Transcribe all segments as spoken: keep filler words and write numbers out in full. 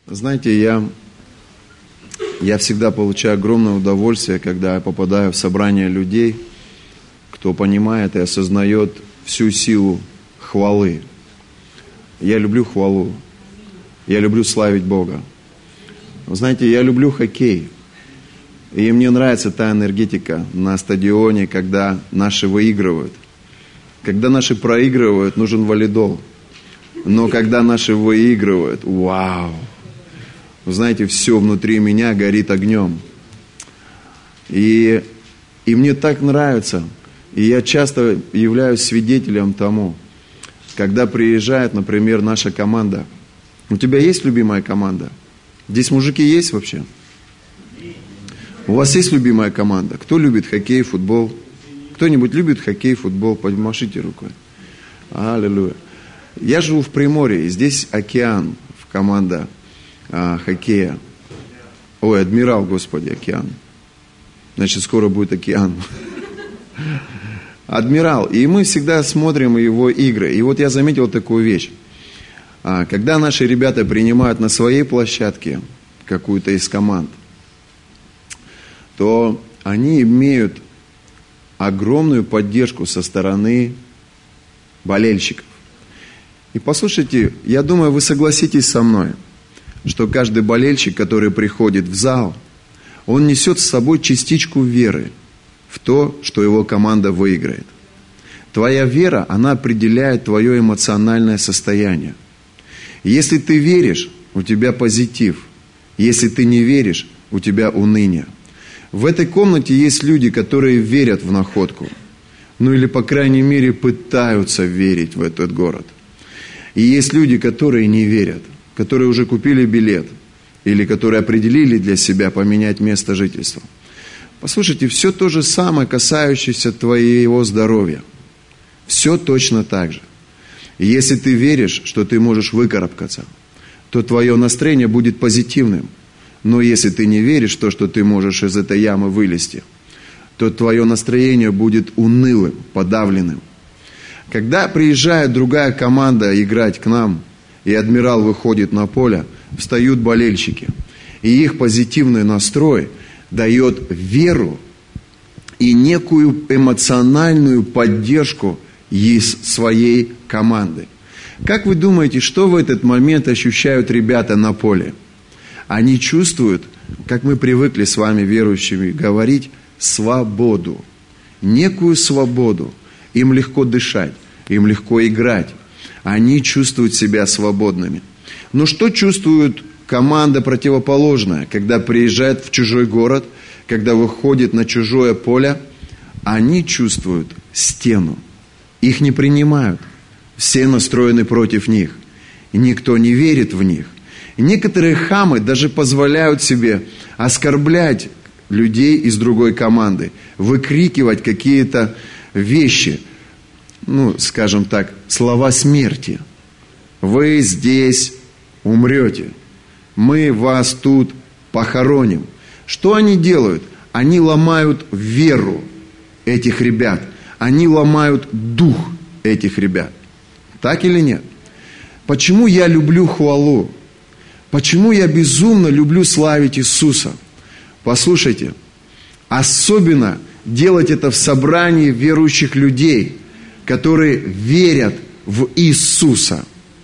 Знаете, я, я всегда получаю огромное удовольствие, когда я попадаю в собрание людей, кто понимает и осознает всю силу хвалы. Я люблю хвалу. Я люблю славить Бога. Вы знаете, я люблю хоккей. И мне нравится та энергетика на стадионе, когда наши выигрывают. Когда наши проигрывают, нужен валидол. Но когда наши выигрывают, вау! Вы знаете, все внутри меня горит огнем. И, и мне так нравится. И я часто являюсь свидетелем тому, когда приезжает, например, наша команда. У тебя есть любимая команда? Здесь мужики есть вообще? У вас есть любимая команда? Кто любит хоккей, футбол? Кто-нибудь любит хоккей, футбол? Помашите рукой. Аллилуйя. Я живу в Приморье, и здесь океан, команда а, хоккея. Ой, Адмирал, Господи, океан. Значит, скоро будет океан. Адмирал. И мы всегда смотрим его игры. И вот я заметил такую вещь. А, когда наши ребята принимают на своей площадке какую-то из команд, то они имеют огромную поддержку со стороны болельщиков. И послушайте, я думаю, вы согласитесь со мной, что каждый болельщик, который приходит в зал, он несет с собой частичку веры в то, что его команда выиграет. Твоя вера, она определяет твое эмоциональное состояние. Если ты веришь, у тебя позитив. Если ты не веришь, у тебя уныние. В этой комнате есть люди, которые верят в находку. Ну или, по крайней мере, пытаются верить в этот город. И есть люди, которые не верят, которые уже купили билет, или которые определили для себя поменять место жительства. Послушайте, все то же самое, касающееся твоего здоровья. Все точно так же. И если ты веришь, что ты можешь выкарабкаться, то твое настроение будет позитивным. Но если ты не веришь в то, что ты можешь из этой ямы вылезти, то твое настроение будет унылым, подавленным. Когда приезжает другая команда играть к нам, и Адмирал выходит на поле, встают болельщики. И их позитивный настрой дает веру и некую эмоциональную поддержку из своей команды. Как вы думаете, что в этот момент ощущают ребята на поле? Они чувствуют, как мы привыкли с вами, верующими, говорить, свободу. Некую свободу. Им легко дышать, им легко играть. Они чувствуют себя свободными. Но что чувствует команда противоположная, когда приезжает в чужой город, когда выходит на чужое поле? Они чувствуют стену. Их не принимают. Все настроены против них. И никто не верит в них. И некоторые хамы даже позволяют себе оскорблять людей из другой команды, выкрикивать какие-то вещи, ну, скажем так, слова смерти. Вы здесь умрете. Мы вас тут похороним. Что они делают? Они ломают веру этих ребят. Они ломают дух этих ребят. Так или нет? Почему я люблю хвалу? Почему я безумно люблю славить Иисуса? Послушайте, особенно делать это в собрании верующих людей, которые верят в Иисуса.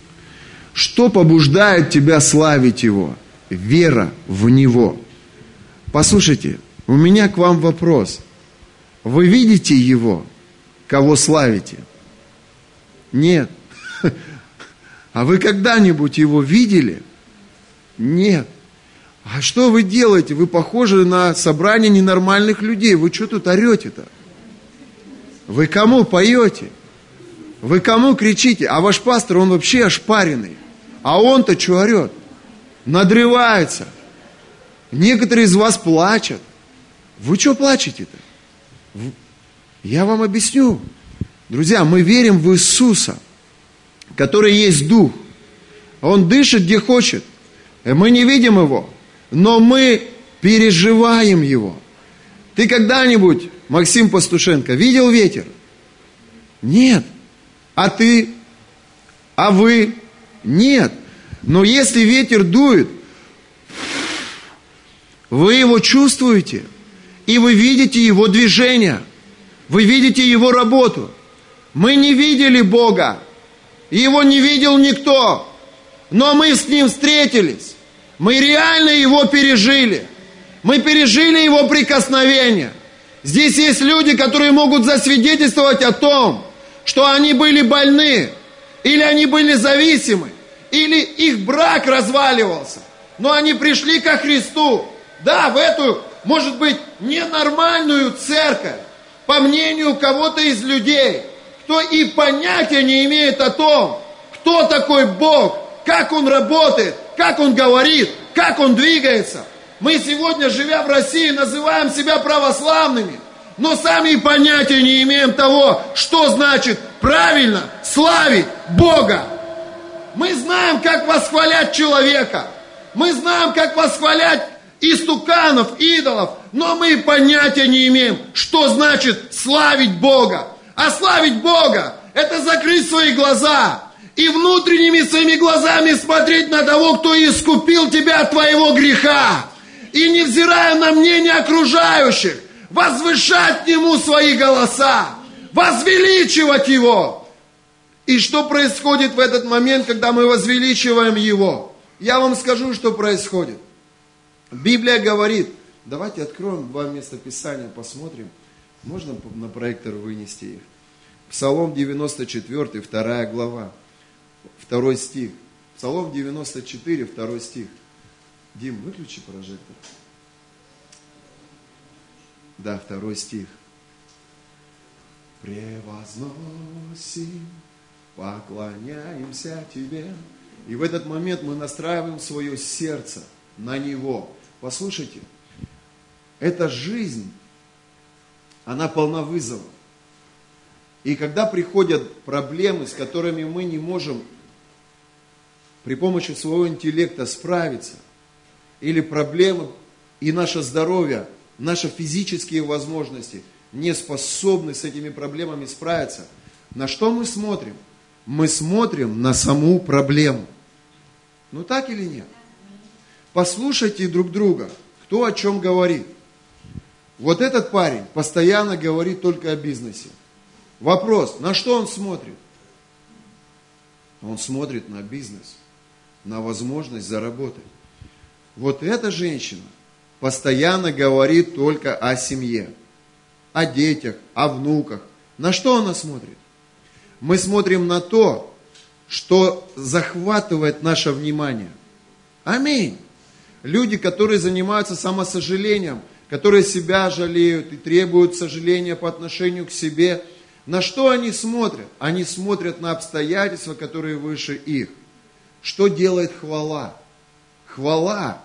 Что побуждает тебя славить Его? Вера в Него. Послушайте, у меня к вам вопрос. Вы видите Его, кого славите? Нет. А вы когда-нибудь Его видели? Нет. А что вы делаете? Вы похожи на собрание ненормальных людей. Вы что тут орете-то? Вы кому поете? Вы кому кричите? А ваш пастор, он вообще ошпаренный. А он-то что орет? Надрывается. Некоторые из вас плачут. Вы что плачете-то? Я вам объясню. Друзья, мы верим в Иисуса, который есть Дух. Он дышит где хочет. Мы не видим Его, но мы переживаем Его. Ты когда-нибудь, Максим Пастушенко, видел ветер? Нет. А ты? А вы? Нет. Но если ветер дует, Вы Его чувствуете, и вы видите Его движение, вы видите Его работу. Мы не видели Бога, Его не видел никто, но мы с Ним встретились, мы реально Его пережили, мы пережили Его прикосновение. Здесь есть люди, которые могут засвидетельствовать о том, что они были больны, или они были зависимы, или их брак разваливался, но они пришли ко Христу, да, в эту, может быть, ненормальную церковь, по мнению кого-то из людей, кто и понятия не имеет о том, кто такой Бог, как Он работает, как Он говорит, как Он двигается. Мы сегодня, живя в России, называем себя православными, но сами понятия не имеем того, что значит правильно славить Бога. Мы знаем, как восхвалять человека, мы знаем, как восхвалять истуканов, идолов, но мы понятия не имеем, что значит славить Бога. А славить Бога – это закрыть свои глаза и внутренними своими глазами смотреть на того, кто искупил тебя от твоего греха. И невзирая на мнение окружающих, возвышать к Нему свои голоса, возвеличивать Его. И что происходит в этот момент, когда мы возвеличиваем Его? Я вам скажу, что происходит. Библия говорит, давайте откроем два места Писания, посмотрим. Можно на проектор вынести их? Псалом девяносто четыре, вторая глава, второй стих. Псалом девяносто четыре, второй стих. Дим, выключи прожектор. Да, второй стих. Превозносим, поклоняемся Тебе. И в этот момент мы настраиваем свое сердце на Него. Послушайте, эта жизнь, она полна вызовов. И когда приходят проблемы, с которыми мы не можем при помощи своего интеллекта справиться, или проблемы и наше здоровье, наши физические возможности не способны с этими проблемами справиться, на что мы смотрим? Мы смотрим на саму проблему. Ну так или нет? Послушайте друг друга, кто о чем говорит. Вот этот парень постоянно говорит только о бизнесе. Вопрос, на что он смотрит? Он смотрит на бизнес, на возможность заработать. Вот эта женщина постоянно говорит только о семье, о детях, о внуках. На что она смотрит? Мы смотрим на то, что захватывает наше внимание. Аминь. Люди, которые занимаются самосожалением, которые себя жалеют и требуют сожаления по отношению к себе, на что они смотрят? Они смотрят на обстоятельства, которые выше их. Что делает хвала? Хвала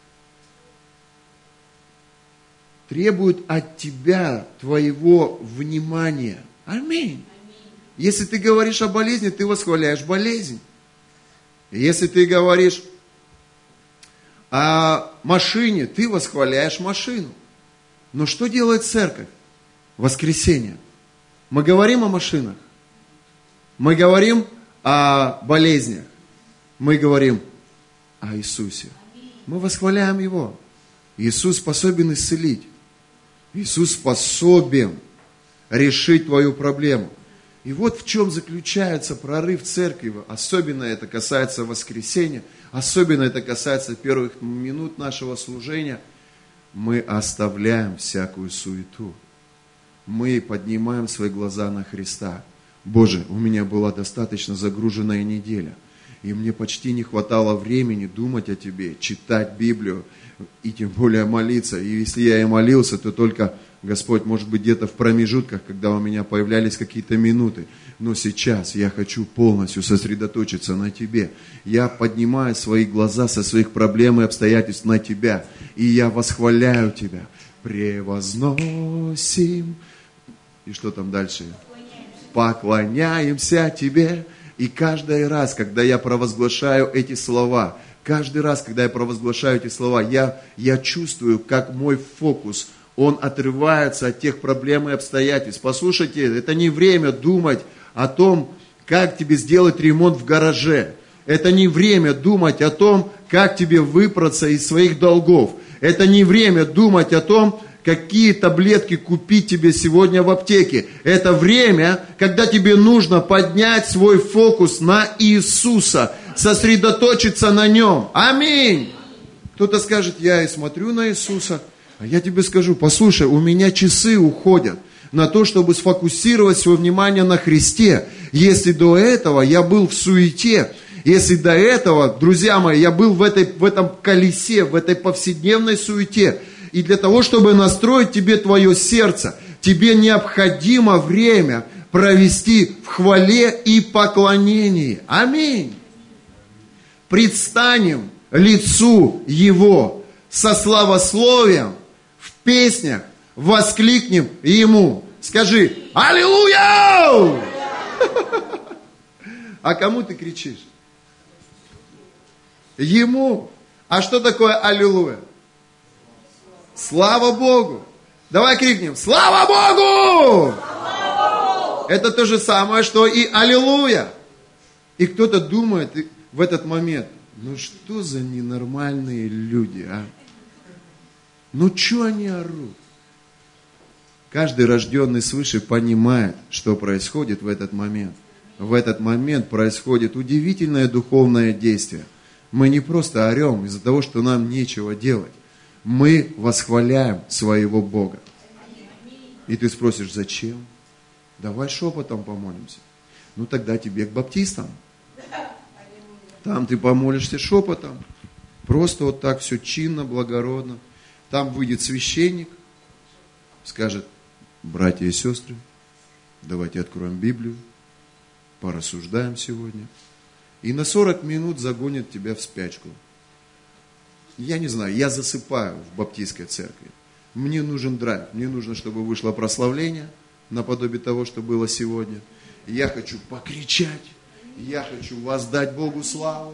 требует от тебя твоего внимания. Аминь. Если ты говоришь о болезни, ты восхваляешь болезнь. Если ты говоришь о машине, ты восхваляешь машину. Но что делает церковь? Воскресенье. Мы говорим о машинах. Мы говорим о болезнях. Мы говорим о Иисусе. Мы восхваляем Его. Иисус способен исцелить. Иисус способен решить твою проблему. И вот в чем заключается прорыв церкви. Особенно это касается воскресенья. Особенно это касается первых минут нашего служения. Мы оставляем всякую суету. Мы поднимаем свои глаза на Христа. Боже, у меня была достаточно загруженная неделя. И мне почти не хватало времени думать о Тебе, читать Библию и тем более молиться. И если я и молился, то только, Господь, может быть, где-то в промежутках, когда у меня появлялись какие-то минуты. Но сейчас я хочу полностью сосредоточиться на Тебе. Я поднимаю свои глаза со своих проблем и обстоятельств на Тебя. И я восхваляю Тебя. Превозносим. И что там дальше? Поклоняемся Тебе. И каждый раз, когда я провозглашаю эти слова, каждый раз, когда я провозглашаю эти слова, я, я чувствую, как мой фокус, он отрывается от тех проблем и обстоятельств. Послушайте, это не время думать о том, как тебе сделать ремонт в гараже. Это не время думать о том, как тебе выбраться из своих долгов. Это не время думать о том, какие таблетки купить тебе сегодня в аптеке. Это время, когда тебе нужно поднять свой фокус на Иисуса, сосредоточиться на Нем. Аминь. Кто-то скажет, я и смотрю на Иисуса, а я тебе скажу, послушай, у меня часы уходят на то, чтобы сфокусировать свое внимание на Христе. Если до этого я был в суете, если до этого, друзья мои, я был в, этой, в этом колесе, в этой повседневной суете, и для того, чтобы настроить тебе твое сердце, тебе необходимо время провести в хвале и поклонении. Аминь. Предстанем лицу Его со славословием в песнях, воскликнем Ему. Скажи «Аллилуйя!» А кому ты кричишь? Ему. А что такое аллилуйя? Слава Богу! Давай крикнем «Слава Богу!» Слава Богу! Это то же самое, что и аллилуйя. И кто-то думает в этот момент, ну что за ненормальные люди, а? Ну что они орут? Каждый рожденный свыше понимает, что происходит в этот момент. В этот момент происходит удивительное духовное действие. Мы не просто орем из-за того, что нам нечего делать. Мы восхваляем своего Бога. И ты спросишь, зачем? Давай шепотом помолимся. Ну тогда тебе к баптистам. Там ты помолишься шепотом. Просто вот так все чинно, благородно. Там выйдет священник, скажет, братья и сестры, давайте откроем Библию, порассуждаем сегодня. И на сорок минут загонит тебя в спячку. Я не знаю, я засыпаю в баптистской церкви. Мне нужен драйв, мне нужно, чтобы вышло прославление, наподобие того, что было сегодня. Я хочу покричать, я хочу воздать Богу славу.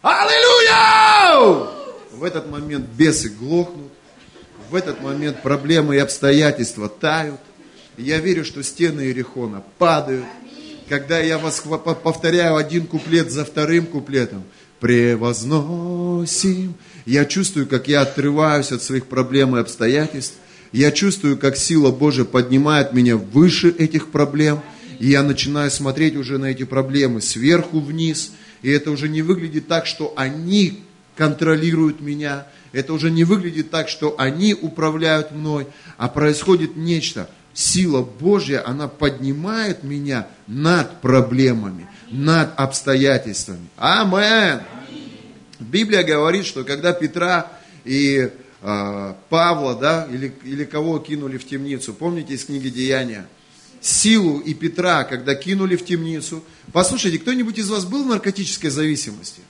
Аллилуйя! В этот момент бесы глохнут, в этот момент проблемы и обстоятельства тают. Я верю, что стены Иерихона падают. Когда я вас повторяю один куплет за вторым куплетом, превозносим, я чувствую, как я отрываюсь от своих проблем и обстоятельств. Я чувствую, как сила Божия поднимает меня выше этих проблем. И я начинаю смотреть уже на эти проблемы сверху вниз. И это уже не выглядит так, что они контролируют меня. Это уже не выглядит так, что они управляют мной. А происходит нечто. Сила Божья, она поднимает меня над проблемами, над обстоятельствами. Амен. Библия говорит, что когда Петра и э, Павла, да, или, или кого кинули в темницу, помните из книги Деяния? Силу и Петра, когда кинули в темницу. Послушайте, кто-нибудь из вас был в наркотической зависимости?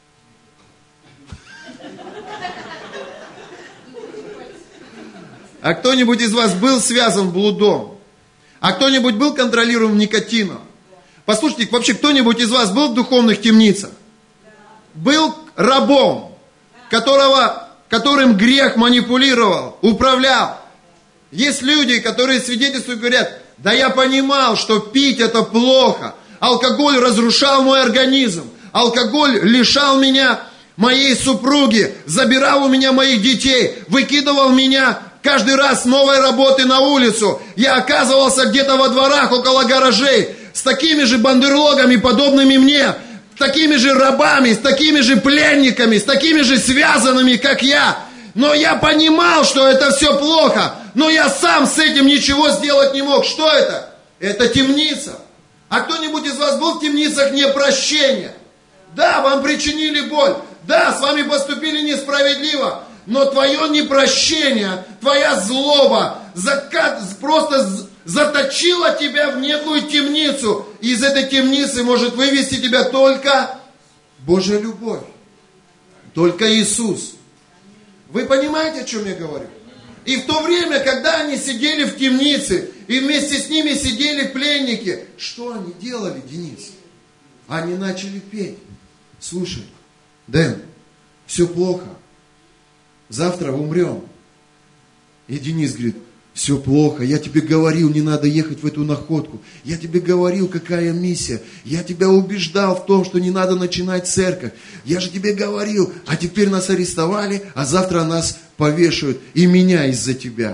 А кто-нибудь из вас был связан блудом? А кто-нибудь был контролируем никотином? Послушайте, вообще кто-нибудь из вас был в духовных темницах? Был рабом, которого, которым грех манипулировал, управлял. Есть люди, которые свидетельствуют, говорят, да я понимал, что пить это плохо. Алкоголь разрушал мой организм. Алкоголь лишал меня моей супруги, забирал у меня моих детей, выкидывал меня каждый раз с новой работы на улицу. Я оказывался где-то во дворах, около гаражей, с такими же бандерлогами, подобными мне, с такими же рабами, с такими же пленниками, с такими же связанными, как я. Но я понимал, что это все плохо, но я сам с этим ничего сделать не мог. Что это? Это темница. А кто-нибудь из вас был в темницах непрощения? Да, вам причинили боль. Да, с вами поступили несправедливо. Но твое непрощение, твоя злоба закат, просто заточила тебя в некую темницу. И из этой темницы может вывести тебя только Божья любовь. Только Иисус. Вы понимаете, о чем я говорю? И в то время, когда они сидели в темнице, и вместе с ними сидели пленники, что они делали, Денис? Они начали петь. Слушай, Дэн, все плохо. Завтра умрем. И Денис говорит, все плохо, я тебе говорил, не надо ехать в эту находку, я тебе говорил, какая миссия, я тебя убеждал в том, что не надо начинать церковь, я же тебе говорил, а теперь нас арестовали, а завтра нас повешают, и меня из-за тебя.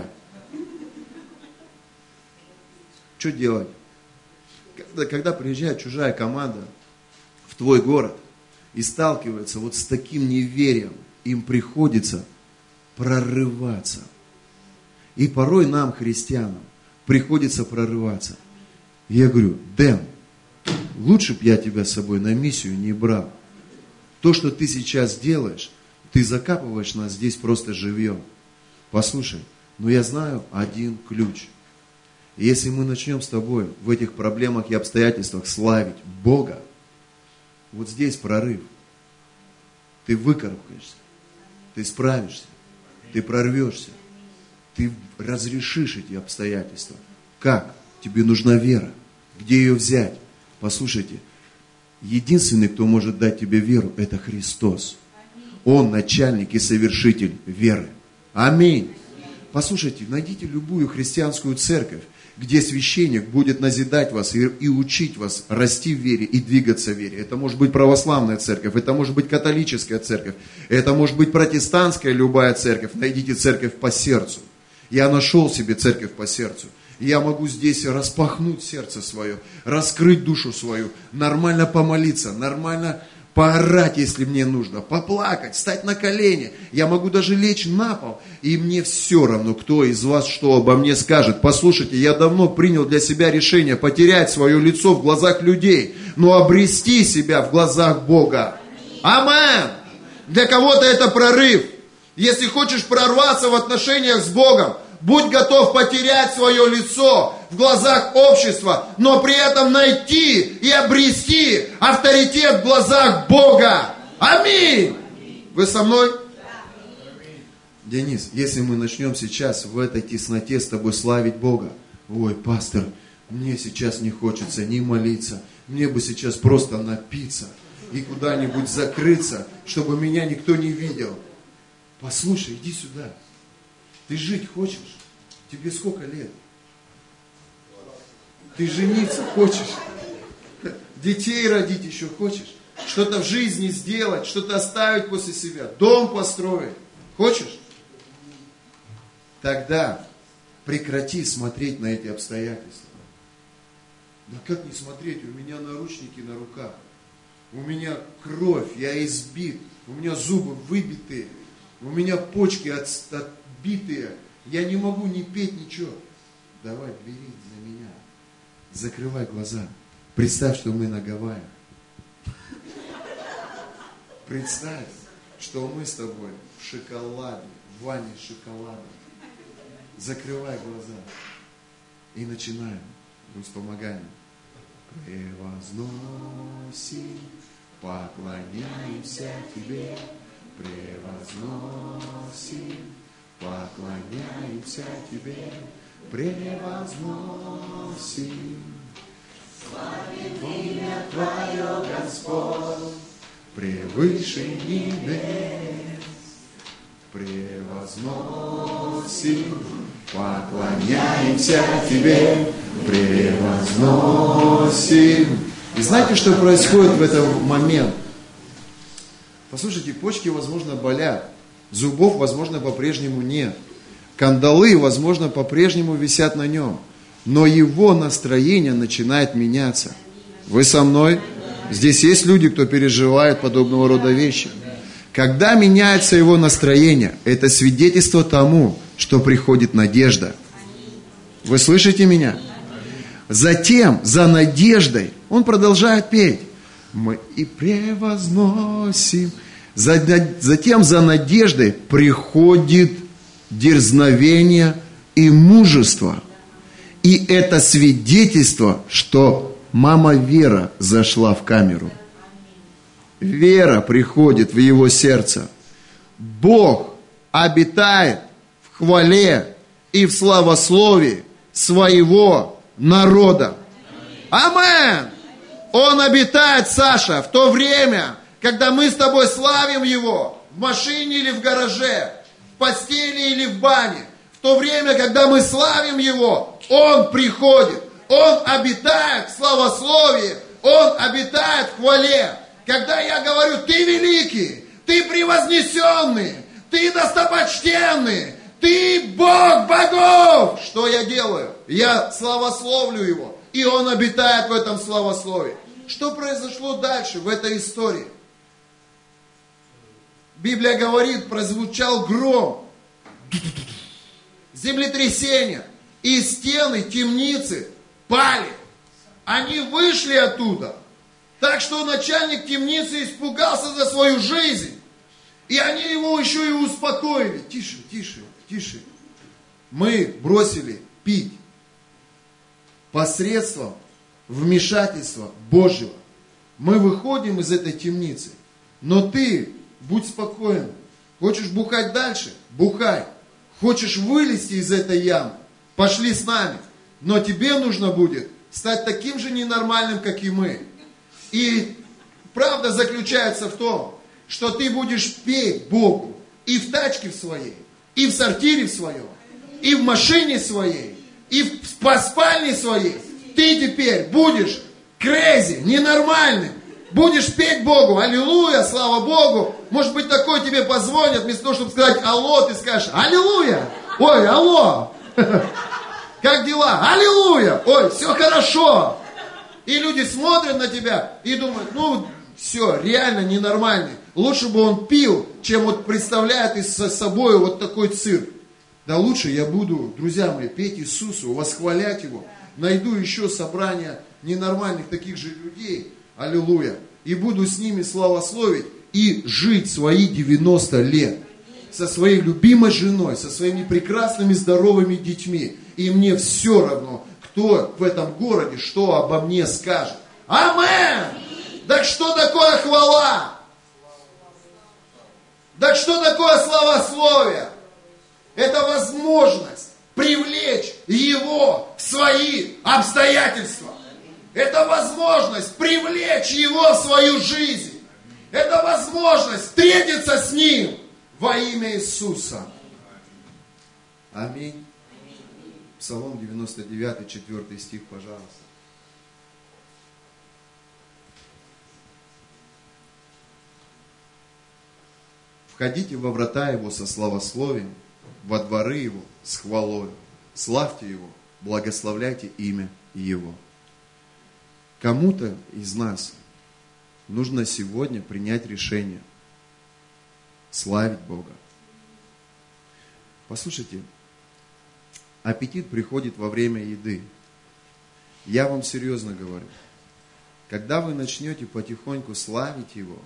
Что делать? Когда, когда приезжает чужая команда в твой город и сталкивается вот с таким неверием, им приходится прорываться. И порой нам, христианам, приходится прорываться. И я говорю: Дэн, лучше бы я тебя с собой на миссию не брал. То, что ты сейчас делаешь, ты закапываешь нас здесь просто живьем. Послушай, но я знаю один ключ. И если мы начнем с тобой в этих проблемах и обстоятельствах славить Бога, вот здесь прорыв. Ты выкарабкаешься, ты справишься, ты прорвешься, ты разрешишь эти обстоятельства. Как? Тебе нужна вера. Где ее взять? Послушайте, единственный, кто может дать тебе веру, это Христос. Он начальник и совершитель веры. Аминь. Послушайте, найдите любую христианскую церковь, где священник будет назидать вас и, и учить вас расти в вере и двигаться в вере. Это может быть православная церковь, это может быть католическая церковь, это может быть протестантская любая церковь. Найдите церковь по сердцу. Я нашел себе церковь по сердцу. Я могу здесь распахнуть сердце свое, раскрыть душу свою, нормально помолиться, нормально поорать, если мне нужно, поплакать, встать на колени. Я могу даже лечь на пол, и мне все равно, кто из вас что обо мне скажет. Послушайте, я давно принял для себя решение потерять свое лицо в глазах людей, но обрести себя в глазах Бога. Аминь! Для кого-то это прорыв. Если хочешь прорваться в отношениях с Богом, будь готов потерять свое лицо в глазах общества, но при этом найти и обрести авторитет в глазах Бога. Аминь! Вы со мной? Денис, если мы начнем сейчас в этой тесноте с тобой славить Бога, ой, пастор, мне сейчас не хочется ни молиться, мне бы сейчас просто напиться и куда-нибудь закрыться, чтобы меня никто не видел. Послушай, иди сюда. Ты жить хочешь? Тебе сколько лет? Ты жениться хочешь? Детей родить еще хочешь? Что-то в жизни сделать, что-то оставить после себя, дом построить. Хочешь? Тогда прекрати смотреть на эти обстоятельства. Да как не смотреть? У меня наручники на руках. У меня кровь, я избит. У меня зубы выбитые. У меня почки от, отбитые. Я не могу ни петь, ничего. Давай, бери за меня. Закрывай глаза. Представь, что мы на Гавайях. Представь, что мы с тобой в шоколаде, в ванне с шоколадом. Закрывай глаза. И начинаем. Русь, помогай нам. Превозносим, поклоняемся Тебе. Превозносим, поклоняемся Тебе, превозносим. Славим имя Твое, Господь, превыше небес. Превозносим, поклоняемся Тебе, превозносим. И знаете, что происходит в этот момент? Послушайте, почки, возможно, болят, зубов, возможно, по-прежнему нет, кандалы, возможно, по-прежнему висят на нем, но его настроение начинает меняться. Вы со мной? Здесь есть люди, кто переживает подобного рода вещи. Когда меняется его настроение, это свидетельство тому, что приходит надежда. Вы слышите меня? Затем, за надеждой, он продолжает петь. Мы и превозносим. Затем за надеждой приходит дерзновение и мужество. И это свидетельство, что мама Вера зашла в камеру. Вера приходит в его сердце. Бог обитает в хвале и в славословии своего народа. Аминь! Он обитает, Саша, в то время, когда мы с тобой славим Его в машине или в гараже, в постели или в бане. В то время, когда мы славим Его, Он приходит, Он обитает в славословии, Он обитает в хвале. Когда я говорю, ты великий, ты превознесенный, ты достопочтенный, ты Бог богов, что я делаю? Я славословлю Его, и Он обитает в этом славословии. Что произошло дальше в этой истории? Библия говорит, прозвучал гром, землетрясение, и стены темницы пали. Они вышли оттуда. Так что начальник темницы испугался за свою жизнь. И они его еще и успокоили. Тише, тише, тише. Мы бросили пить посредством вмешательства Божьего. Мы выходим из этой темницы. Но ты будь спокоен. Хочешь бухать дальше? Бухай. Хочешь вылезти из этой ямы? Пошли с нами. Но тебе нужно будет стать таким же ненормальным, как и мы. И правда заключается в том, что ты будешь петь Богу и в тачке в своей, и в сортире в своем, и в машине своей, и в спальне своей. Ты теперь будешь crazy, ненормальным. Будешь петь Богу, аллилуйя, слава Богу. Может быть, такой тебе позвонят, вместо того, чтобы сказать алло, ты скажешь аллилуйя. Ой, алло. Как дела? Аллилуйя. Ой, все хорошо. И люди смотрят на тебя и думают, ну, все, реально ненормальный. Лучше бы он пил, чем вот представляет из собой вот такой цирк. Да лучше я буду, друзья мои, петь Иисусу, восхвалять Его. Найду еще собрание ненормальных таких же людей, аллилуйя, и буду с ними славословить и жить свои девяносто лет. Со своей любимой женой, со своими прекрасными здоровыми детьми. И мне все равно, кто в этом городе, что обо мне скажет. Амен! Так что такое хвала? Так что такое славословие? Это возможность привлечь Его в свои обстоятельства. Это возможность привлечь Его в свою жизнь. Это возможность встретиться с Ним во имя Иисуса. Аминь. Псалом девяносто девять, четвёртый стих, пожалуйста. Входите во врата Его со славословием, во дворы Его с хвалою. Славьте Его, благословляйте имя Его. Кому-то из нас нужно сегодня принять решение славить Бога. Послушайте, аппетит приходит во время еды. Я вам серьезно говорю. Когда вы начнете потихоньку славить Его,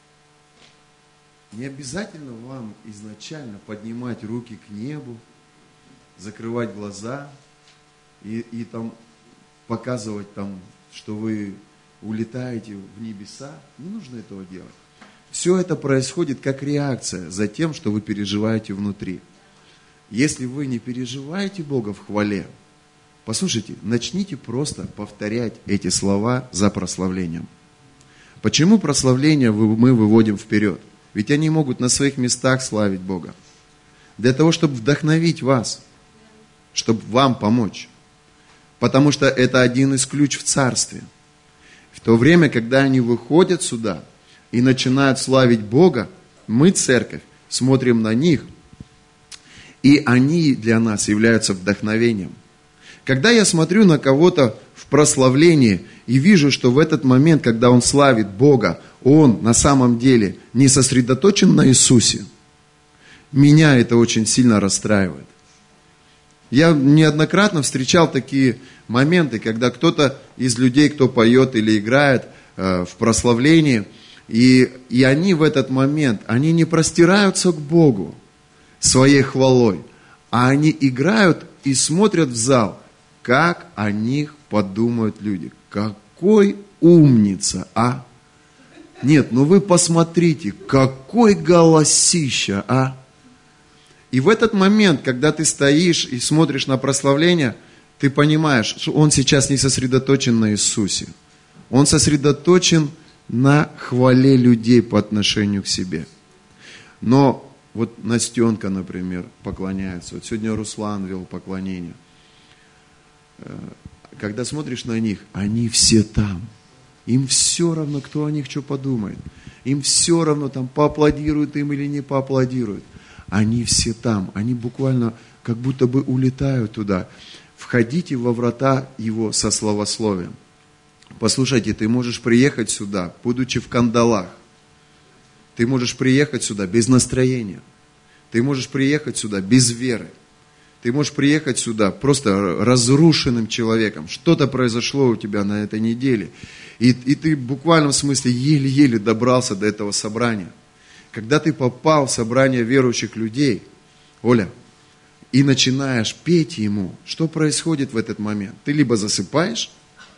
не обязательно вам изначально поднимать руки к небу, закрывать глаза и, и там показывать, там, что вы улетаете в небеса. Не нужно этого делать. Все это происходит как реакция за тем, что вы переживаете внутри. Если вы не переживаете Бога в хвале, послушайте, начните просто повторять эти слова за прославлением. Почему прославление мы выводим вперед? Ведь они могут на своих местах славить Бога. Для того, чтобы вдохновить вас, чтобы вам помочь. Потому что это один из ключ в царстве. В то время, когда они выходят сюда и начинают славить Бога, мы, церковь, смотрим на них, и они для нас являются вдохновением. Когда я смотрю на кого-то в прославлении и вижу, что в этот момент, когда он славит Бога, он на самом деле не сосредоточен на Иисусе, меня это очень сильно расстраивает. Я неоднократно встречал такие моменты, когда кто-то из людей, кто поет или играет э, в прославлении, и, и они в этот момент, они не простираются к Богу своей хвалой, а они играют и смотрят в зал, как о них подумают люди. Какой умница, а? Нет, ну вы посмотрите, какой голосища, а? И в этот момент, когда ты стоишь и смотришь на прославление, ты понимаешь, что он сейчас не сосредоточен на Иисусе. Он сосредоточен на хвале людей по отношению к себе. Но Вот Настенка, например, поклоняется. Вот сегодня Руслан вел поклонение. Когда смотришь на них, они все там. Им все равно, кто о них что подумает. Им все равно, там, поаплодируют им или не поаплодируют. Они все там. Они буквально как будто бы улетают туда. Входите во врата его со славословием. Послушайте, ты можешь приехать сюда, будучи в кандалах. Ты можешь приехать сюда без настроения. Ты можешь приехать сюда без веры. Ты можешь приехать сюда просто разрушенным человеком. Что-то произошло у тебя на этой неделе. И, и ты в буквальном смысле еле-еле добрался до этого собрания. Когда ты попал в собрание верующих людей, Оля, и начинаешь петь ему, что происходит в этот момент? Ты либо засыпаешь,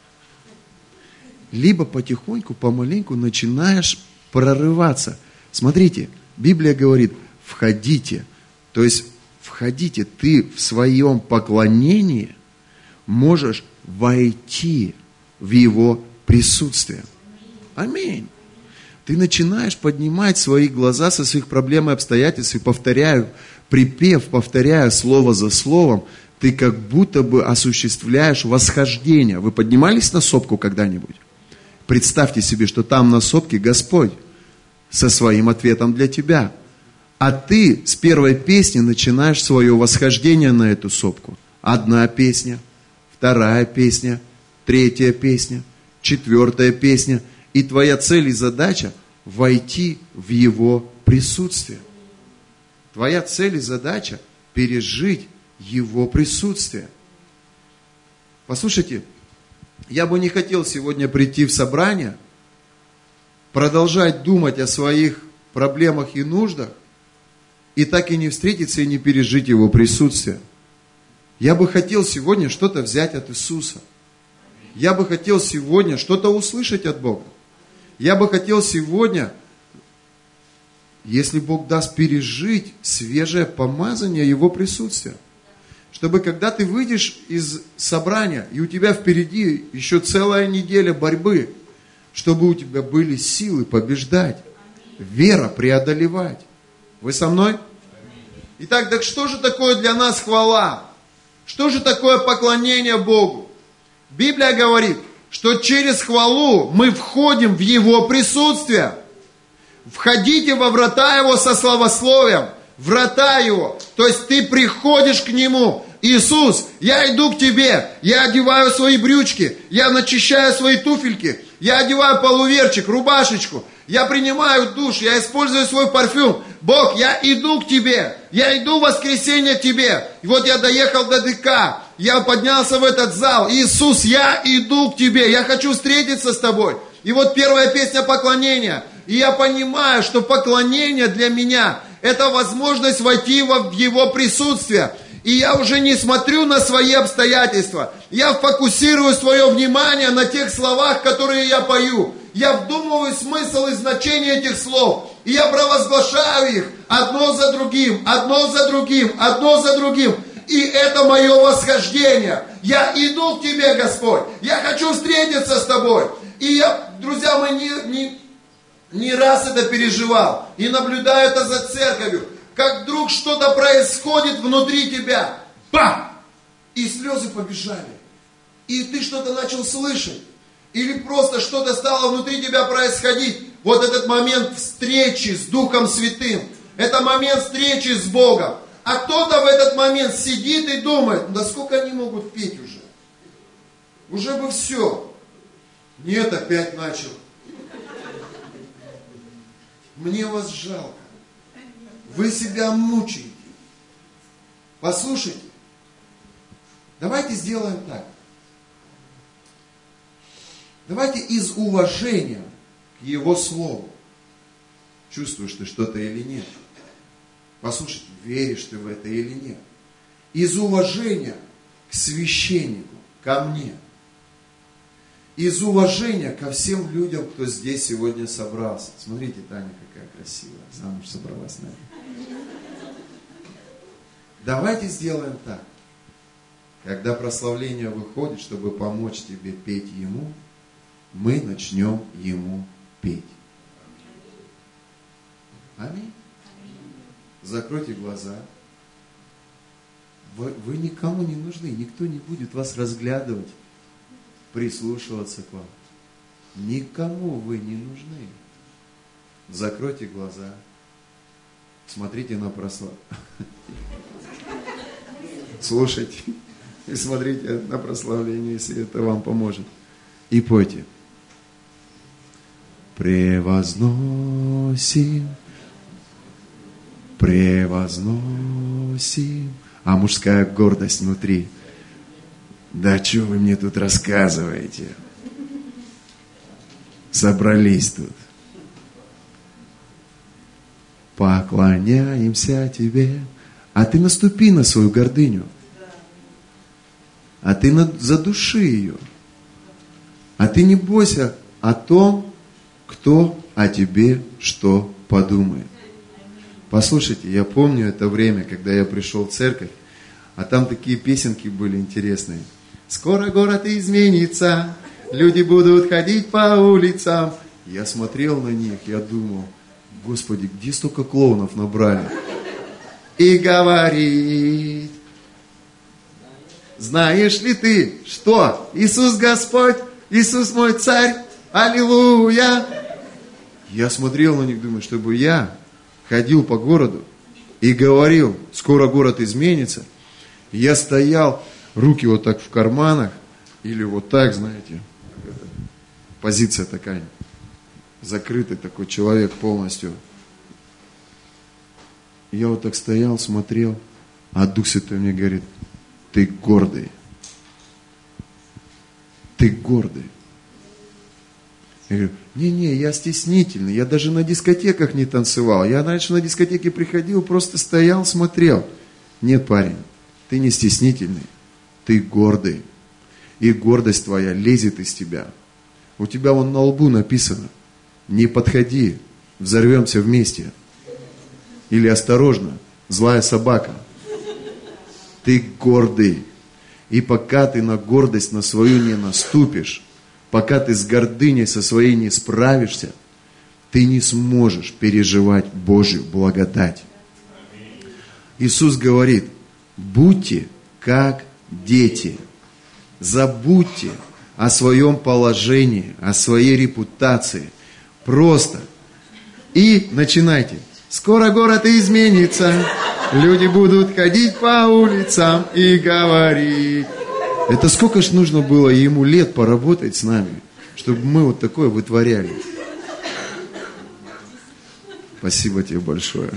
либо потихоньку, помаленьку начинаешь прорываться. Смотрите, Библия говорит, входите. То есть, входите, ты в своем поклонении можешь войти в его присутствие. Аминь. Ты начинаешь поднимать свои глаза со своих проблем и обстоятельств, и повторяю, припев, повторяя слово за словом, ты как будто бы осуществляешь восхождение. Вы поднимались на сопку когда-нибудь? Представьте себе, что там на сопке Господь со своим ответом для тебя. А ты с первой песни начинаешь свое восхождение на эту сопку. Одна песня, вторая песня, третья песня, четвертая песня. И твоя цель и задача – войти в его присутствие. Твоя цель и задача – пережить его присутствие. Послушайте, я бы не хотел сегодня прийти в собрание, продолжать думать о своих проблемах и нуждах, и так и не встретиться и не пережить его присутствие. Я бы хотел сегодня что-то взять от Иисуса. Я бы хотел сегодня что-то услышать от Бога. Я бы хотел сегодня, если Бог даст, пережить свежее помазание Его присутствия. Чтобы когда ты выйдешь из собрания, и у тебя впереди еще целая неделя борьбы, чтобы у тебя были силы побеждать, вера преодолевать. Вы со мной? Итак, так что же такое для нас хвала? Что же такое поклонение Богу? Библия говорит, что через хвалу мы входим в Его присутствие. Входите во врата Его со славословием. Врата Его. То есть ты приходишь к Нему. Иисус, я иду к Тебе. Я одеваю свои брючки. Я начищаю свои туфельки. Я одеваю полуверчик, рубашечку. Я принимаю душ. Я использую свой парфюм. Бог, я иду к Тебе. Я иду в воскресенье к Тебе. И вот я доехал до ДК. Я поднялся в этот зал. Иисус, я иду к Тебе. Я хочу встретиться с Тобой. И вот первая песня поклонения. И я понимаю, что поклонение для меня – это возможность войти в Его присутствие. И я уже не смотрю на свои обстоятельства. Я фокусирую свое внимание на тех словах, которые я пою. Я вдумываю смысл и значение этих слов. И я провозглашаю их одно за другим, одно за другим, одно за другим. И это мое восхождение. Я иду к Тебе, Господь. Я хочу встретиться с Тобой. И я, друзья мои, не, не, не раз это переживал. И наблюдаю это за церковью. Как вдруг что-то происходит внутри тебя. Бам! И слезы побежали. И ты что-то начал слышать. Или просто что-то стало внутри тебя происходить. Вот этот момент встречи с Духом Святым. Это момент встречи с Богом. А кто-то в этот момент сидит и думает, да сколько они могут петь уже? Уже бы все. Нет, опять начал. Мне вас жалко. Вы себя мучаете. Послушайте. Давайте сделаем так. Давайте из уважения к Его Слову. Чувствуешь ты что-то или нет? Послушайте, веришь ты в это или нет? Из уважения к священнику, ко мне. Из уважения ко всем людям, кто здесь сегодня собрался. Смотрите, Таня какая красивая, замуж собралась, наверное. Давайте сделаем так. Когда прославление выходит, чтобы помочь тебе петь Ему, мы начнем Ему петь. Аминь. закройте глаза. Вы, вы никому не нужны, никто не будет вас разглядывать, прислушиваться к вам. Никому вы не нужны. Закройте глаза, смотрите на прослав. Слушайте и смотрите на прославление, если это вам поможет. И пойте. Превозносим, превозносим. А мужская гордость внутри. Да что вы мне тут рассказываете? Собрались тут. Поклоняемся тебе. А ты наступи на свою гордыню. А ты задуши ее. А ты не бойся о том, кто о тебе что подумает. Послушайте, я помню это время, когда я пришел в церковь, а там такие песенки были интересные. Скоро город изменится, люди будут ходить по улицам. Я смотрел на них, я думал, Господи, где столько клоунов набрали? И говорит, знаешь ли ты, что Иисус Господь, Иисус мой царь, аллилуйя. Я смотрел на них, думаю, чтобы я ходил по городу и говорил, скоро город изменится. Я стоял, руки вот так в карманах, или вот так, знаете, позиция такая, закрытый такой человек полностью. Я вот так стоял, смотрел, а Дух Святой мне говорит, ты гордый, ты гордый. Я говорю, не-не, я стеснительный, я даже на дискотеках не танцевал. Я раньше на дискотеке приходил, просто стоял, смотрел. Нет, парень, ты не стеснительный, ты гордый. И гордость твоя лезет из тебя. У тебя вон на лбу написано, не подходи, взорвемся вместе. Или осторожно, злая собака. Ты гордый. И пока ты на гордость на свою не наступишь, пока ты с гордыней со своей не справишься, ты не сможешь переживать Божью благодать. Иисус говорит, будьте как дети. Забудьте о своем положении, о своей репутации. Просто. И начинайте. Скоро город изменится. Люди будут ходить по улицам и говорить. Это сколько ж нужно было ему лет поработать с нами, чтобы мы вот такое вытворяли. Спасибо тебе большое.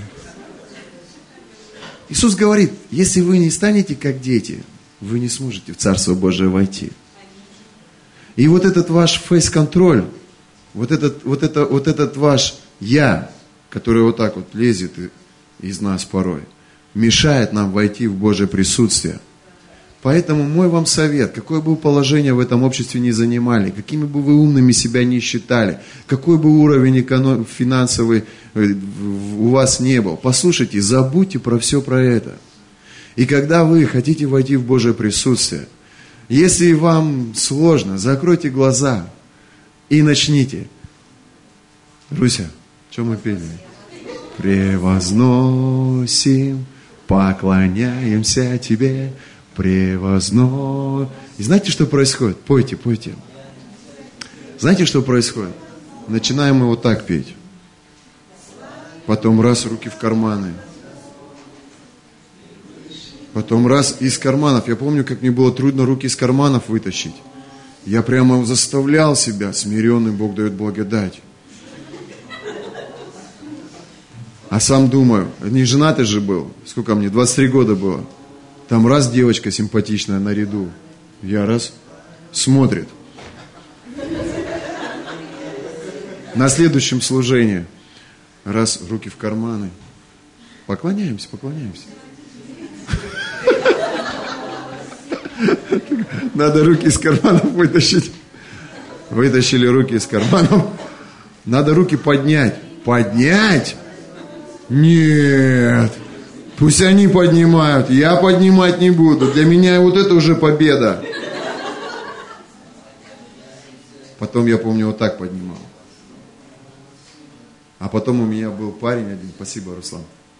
Иисус говорит, если вы не станете как дети, вы не сможете в Царство Божие войти. И вот этот ваш фейс-контроль, вот этот, вот, это, вот этот ваш «я», который вот так вот лезет из нас порой, мешает нам войти в Божье присутствие. Поэтому мой вам совет, какое бы вы положение в этом обществе ни занимали, какими бы вы умными себя ни считали, какой бы уровень эконом... финансовый у вас не был, послушайте, забудьте про все про это. И когда вы хотите войти в Божье присутствие, если вам сложно, закройте глаза и начните. Руся, что мы пели? Превозносим, поклоняемся тебе, превозносим. И знаете, что происходит? Пойте, пойте. Знаете, что происходит? Начинаем мы вот так петь. Потом раз, руки в карманы. Потом раз, из карманов. Я помню, как мне было трудно руки из карманов вытащить. Я прямо заставлял себя, смиренный Бог дает благодать. А сам думаю, не женатый же был, сколько мне, двадцать три года было. Там раз девочка симпатичная на ряду, я раз, смотрит. На следующем служении, раз, руки в карманы, поклоняемся, поклоняемся. Надо руки из карманов вытащить. Вытащили руки из карманов. Надо руки поднять. Поднять? Нет. Пусть они поднимают. Я поднимать не буду. Для меня вот это уже победа. Потом, я помню, вот так поднимал. А потом у меня был парень один. Спасибо, Руслан.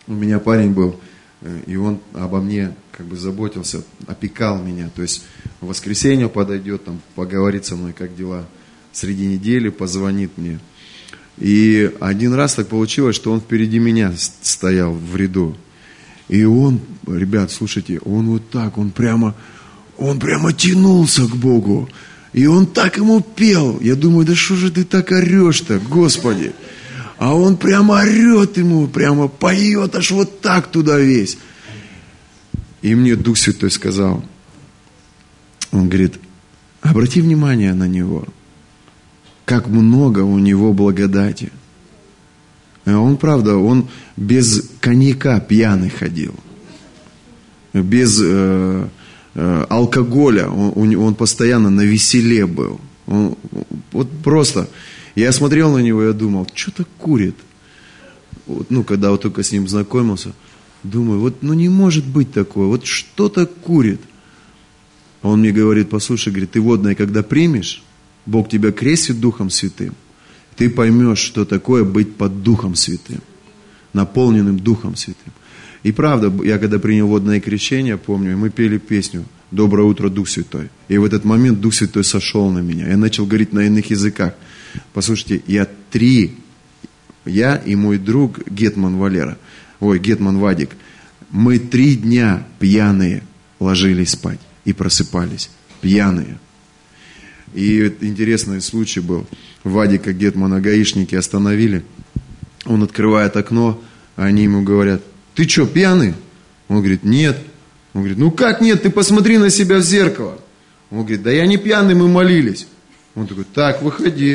У меня парень был, и он обо мне как бы заботился, опекал меня. То есть в воскресенье подойдет, там, поговорит со мной, как дела. Среди недели позвонит мне. И один раз так получилось, что он впереди меня стоял в ряду. И он, ребят, слушайте, он вот так, он прямо, он прямо тянулся к Богу. И он так ему пел. Я думаю, да что же ты так орешь-то, Господи? А он прямо орет ему, прямо поет, аж вот так туда весь. И мне Дух Святой сказал, он говорит, обрати внимание на него, как много у него благодати. А он, правда, он без коньяка пьяный ходил, без э, э, алкоголя, он, он постоянно на веселе был. Он, вот просто, я смотрел на него, я думал, что-то курит. Вот, ну, когда вот только с ним знакомился, думаю, вот, ну не может быть такое, вот что-то курит. А он мне говорит, послушай, говорит, ты водное когда примешь, Бог тебя крестит Духом Святым, ты поймешь, что такое быть под Духом Святым, наполненным Духом Святым. И правда, я когда принял водное крещение, помню, мы пели песню «Доброе утро, Дух Святой». И в этот момент Дух Святой сошел на меня. Я начал говорить на иных языках. Послушайте, я три, я и мой друг Гетман Валера, ой, Гетман Вадик, мы три дня пьяные ложились спать и просыпались, пьяные. И интересный случай был. Вадика Гетмана гаишники остановили. Он открывает окно, а они ему говорят, ты что, пьяный? Он говорит, нет. Он говорит, ну как нет, ты посмотри на себя в зеркало. Он говорит, да я не пьяный, мы молились. Он такой, так, выходи.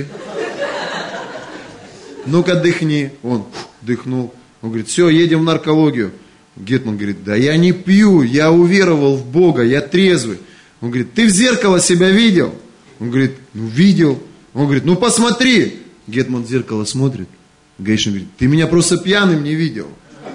Ну-ка дыхни. Он дыхнул. Он говорит, все, едем в наркологию. Гетман говорит, да я не пью, я уверовал в Бога, я трезвый. Он говорит, ты в зеркало себя видел? Он говорит, ну видел. Он говорит, ну посмотри. Гетман в зеркало смотрит. Гаишник говорит, ты меня просто пьяным не видел.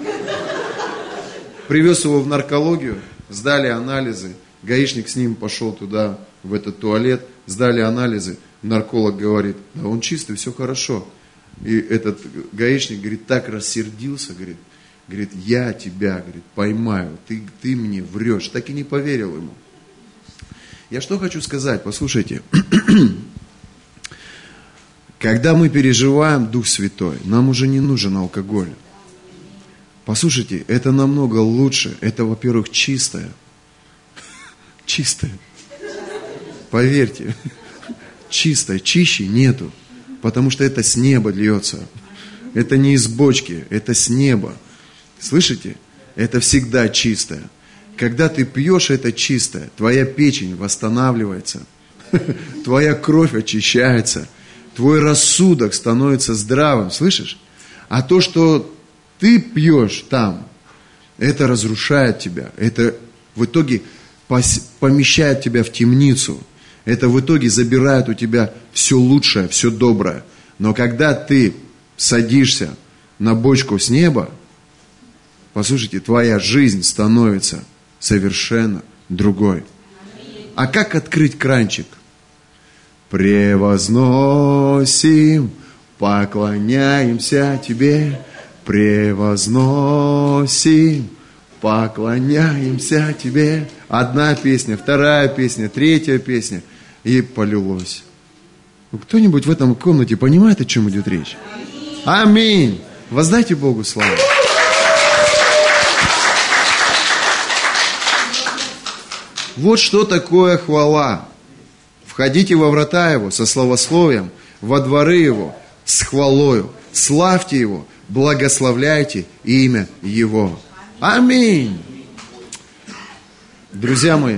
Привез его в наркологию, сдали анализы. Гаишник с ним пошел туда, в этот туалет, сдали анализы. Нарколог говорит, да он чистый, все хорошо. И этот гаишник, говорит, так рассердился, говорит, говорит, я тебя, говорит, поймаю, ты, ты мне врешь. Так и не поверил ему. Я что хочу сказать, послушайте. Когда мы переживаем Дух Святой, нам уже не нужен алкоголь. Послушайте, это намного лучше. Это, во-первых, чистое. Чистое. Поверьте. Чистое. Чище нету. Потому что это с неба льется. Это не из бочки. Это с неба. Слышите? Это всегда чистое. Когда ты пьешь это чистое, твоя печень восстанавливается. Твоя кровь очищается. Твой рассудок становится здравым. Слышишь? А то, что ты пьешь там, это разрушает тебя. Это в итоге помещает тебя в темницу. Это в итоге забирает у тебя все лучшее, все доброе. Но когда ты садишься на бочку с неба, послушайте, твоя жизнь становится совершенно другой. А как открыть кранчик? Превозносим, поклоняемся Тебе. Превозносим, поклоняемся Тебе. Одна песня, вторая песня, третья песня. И полилось. Ну, кто-нибудь в этом комнате понимает, о чем идет речь? Аминь. Воздайте Богу славу. Вот что такое хвала. Входите во врата Его со славословием, во дворы Его с хвалою. Славьте Его, благословляйте имя Его. Аминь. Друзья мои,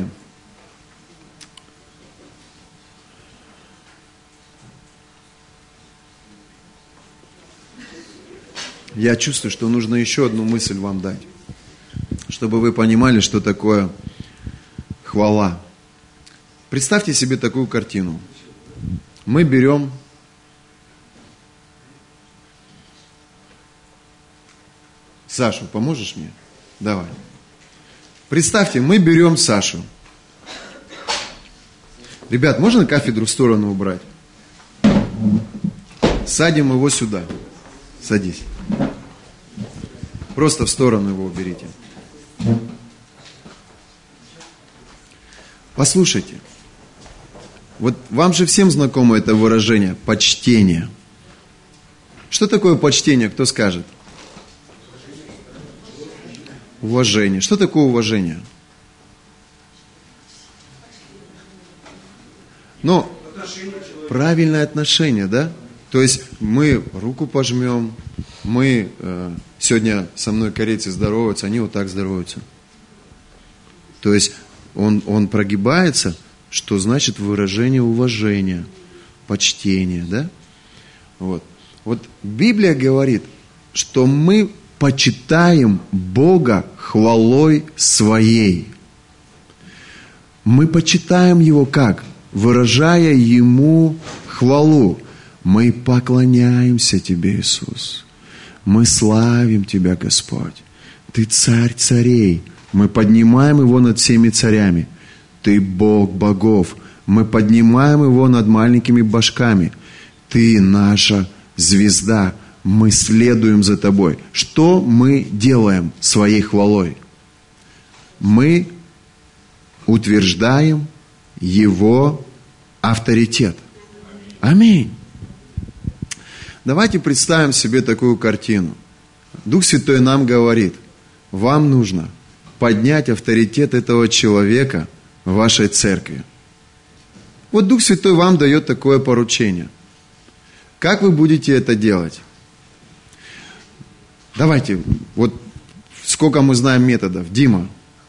я чувствую, что нужно еще одну мысль вам дать, чтобы вы понимали, что такое хвала. Представьте себе такую картину. Мы берем Сашу, поможешь мне? Давай. Представьте, мы берем Сашу. Ребят, можно кафедру в сторону убрать? Садим его сюда. Садись. Просто в сторону его уберите. Послушайте. Вот вам же всем знакомо это выражение «почтение». Что такое почтение, кто скажет? Уважение. Что такое уважение? Ну, правильное отношение, да? То есть мы руку пожмем, мы э, сегодня со мной корейцы здороваются, они вот так здороваются. То есть он, он прогибается, что значит выражение уважения, почтения, да? Вот. Вот Библия говорит, что мы почитаем Бога хвалой своей. Мы почитаем Его как? Выражая Ему хвалу. Мы поклоняемся Тебе, Иисус. Мы славим Тебя, Господь. Ты царь царей. Мы поднимаем Его над всеми царями. Ты Бог богов. Мы поднимаем Его над маленькими башками. Ты наша звезда. Мы следуем за Тобой. Что мы делаем своей хвалой? Мы утверждаем Его авторитет. Аминь. Давайте представим себе такую картину. Дух Святой нам говорит, вам нужно поднять авторитет этого человека в вашей церкви. Вот Дух Святой вам дает такое поручение. Как вы будете это делать? Давайте, вот сколько мы знаем методов. Дима.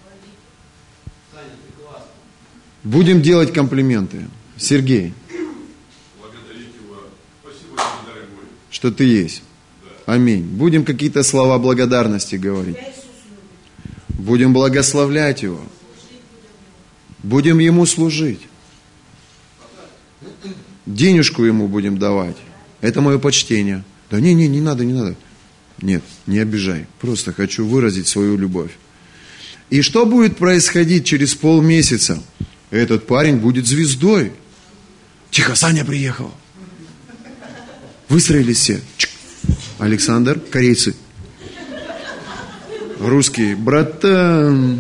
Будем делать комплименты. Сергей. Благодарить его. Спасибо тебе, дорогой. Что ты есть. Да. Аминь. Будем какие-то слова благодарности говорить. Будем благословлять Его. Будем Ему служить. Денежку Ему будем давать. Это мое почтение. Да не, не, не надо, не надо. Нет, не обижай. Просто хочу выразить свою любовь. И что будет происходить через полмесяца? Этот парень будет звездой. Тихо, Саня приехал. Выстроились все. Чик. Александр, корейцы. Русские, братан.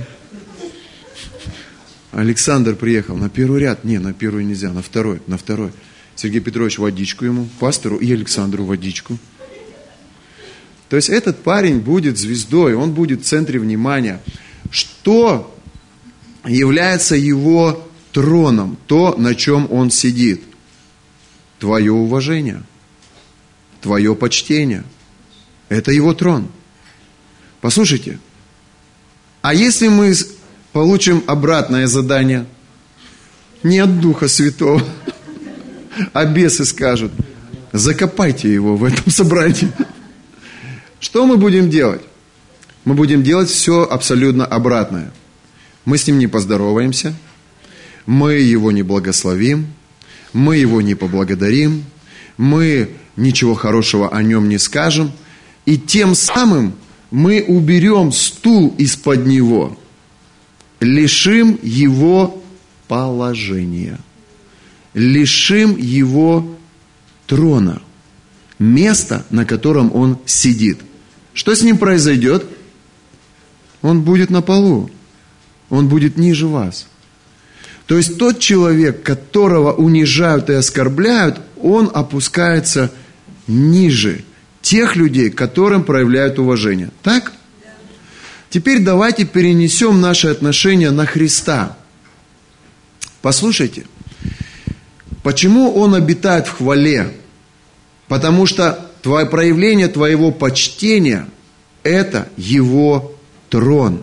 Александр приехал на первый ряд. Не, на первый нельзя, на второй, на второй. Сергей Петрович водичку ему, пастору и Александру водичку. То есть этот парень будет звездой, он будет в центре внимания. Что является его троном, то, на чем он сидит? Твое уважение, твое почтение. Это его трон. Послушайте, а если мы получим обратное задание, не от Духа Святого, а бесы скажут, закопайте его в этом собрании. Что мы будем делать? Мы будем делать все абсолютно обратное. Мы с ним не поздороваемся, мы его не благословим, мы его не поблагодарим, мы ничего хорошего о нем не скажем, и тем самым мы уберем стул из-под него, лишим его положения, лишим его трона, места, на котором он сидит. Что с ним произойдет? Он будет на полу. Он будет ниже вас. То есть тот человек, которого унижают и оскорбляют, он опускается ниже тех людей, которым проявляют уважение. Так? Теперь давайте перенесем наши отношения на Христа. Послушайте, почему Он обитает в хвале? Потому что твое проявление твоего почтения – это Его трон.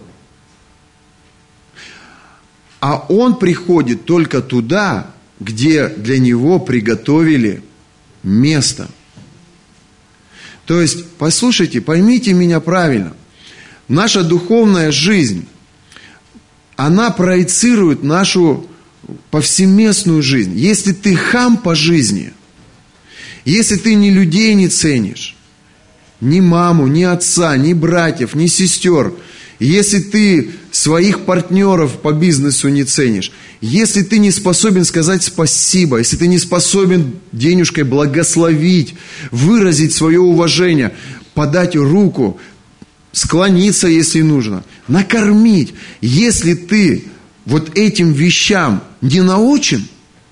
А Он приходит только туда, где для Него приготовили место. То есть, послушайте, поймите меня правильно. Наша духовная жизнь, она проецирует нашу повсеместную жизнь. Если ты хам по жизни, если ты ни людей не ценишь, ни маму, ни отца, ни братьев, ни сестер, если ты своих партнеров по бизнесу не ценишь, если ты не способен сказать спасибо, если ты не способен денежкой благословить, выразить свое уважение, подать руку, склониться, если нужно, накормить. Если ты вот этим вещам не научен,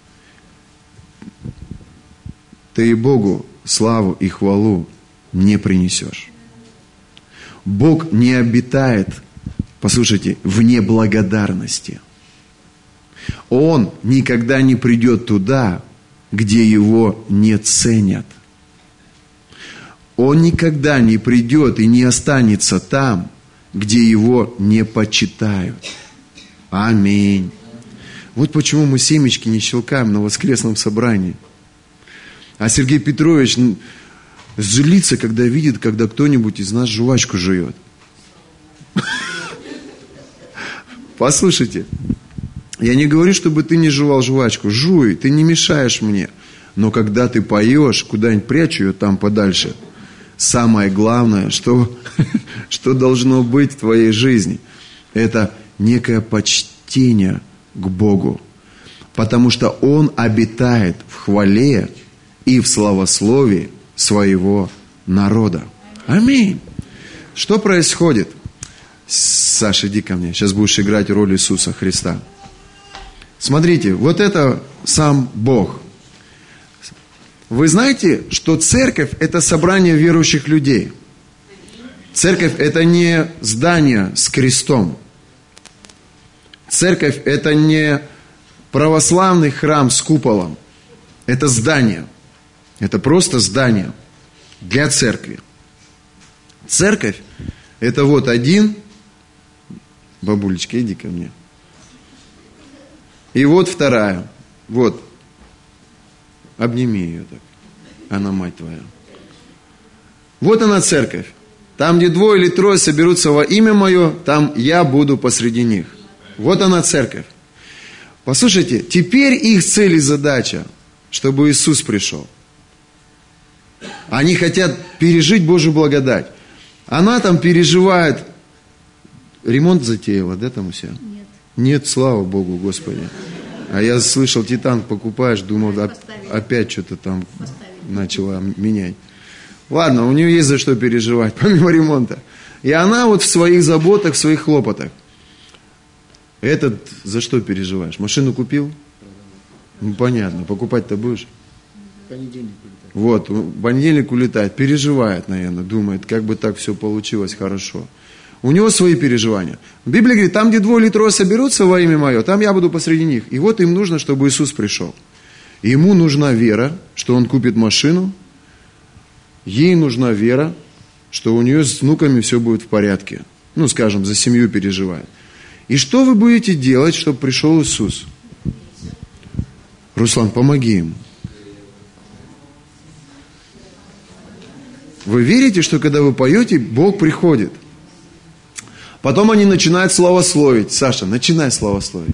ты и Богу славу и хвалу не принесешь. Бог не обитает, послушайте, в неблагодарности. Он никогда не придет туда, где его не ценят. Он никогда не придет и не останется там, где его не почитают. Аминь. Вот почему мы семечки не щелкаем на воскресном собрании. А Сергей Петрович злится, когда видит, когда кто-нибудь из нас жвачку жует. Послушайте, я не говорю, чтобы ты не жевал жвачку. Жуй, ты не мешаешь мне. Но когда ты поешь, куда-нибудь прячь ее там подальше. Самое главное, что, что должно быть в твоей жизни, это некое почтение к Богу. Потому что Он обитает в хвале и в славословии своего народа. Аминь. Что происходит? Саша, иди ко мне. Сейчас будешь играть роль Иисуса Христа. Смотрите, вот это сам Бог. Вы знаете, что церковь – это собрание верующих людей. Церковь – это не здание с крестом. Церковь – это не православный храм с куполом. Это здание. Это просто здание для церкви. Церковь – это вот один. Бабулечка, иди ко мне. И вот вторая. Вот. Обними ее так. Она мать твоя. Вот она церковь. Там, где двое или трое соберутся во имя мое, там я буду посреди них. Вот она церковь. Послушайте, теперь их цель и задача, чтобы Иисус пришел. Они хотят пережить Божью благодать. Она там переживает. Ремонт затеяла, да, там у себя? Нет. Нет, слава Богу, Господи. А я слышал, Титан покупаешь, думал, опять что-то там начала менять. Ладно, у нее есть за что переживать, помимо ремонта. И она вот в своих заботах, в своих хлопотах. Этот за что переживаешь? Машину купил? Ну, понятно, покупать-то будешь? Понедельник улетает. Вот, в понедельник улетает, переживает, наверное, думает, как бы так все получилось хорошо. У него свои переживания. Библия говорит, там, где двое или трое соберутся во имя мое, там я буду посреди них. И вот им нужно, чтобы Иисус пришел. И ему нужна вера, что он купит машину. Ей нужна вера, что у нее с внуками все будет в порядке. Ну, скажем, за семью переживает. И что вы будете делать, чтобы пришел Иисус? Руслан, помоги им. Вы верите, что когда вы поете, Бог приходит? Потом они начинают славословить. Саша, начинай славословить.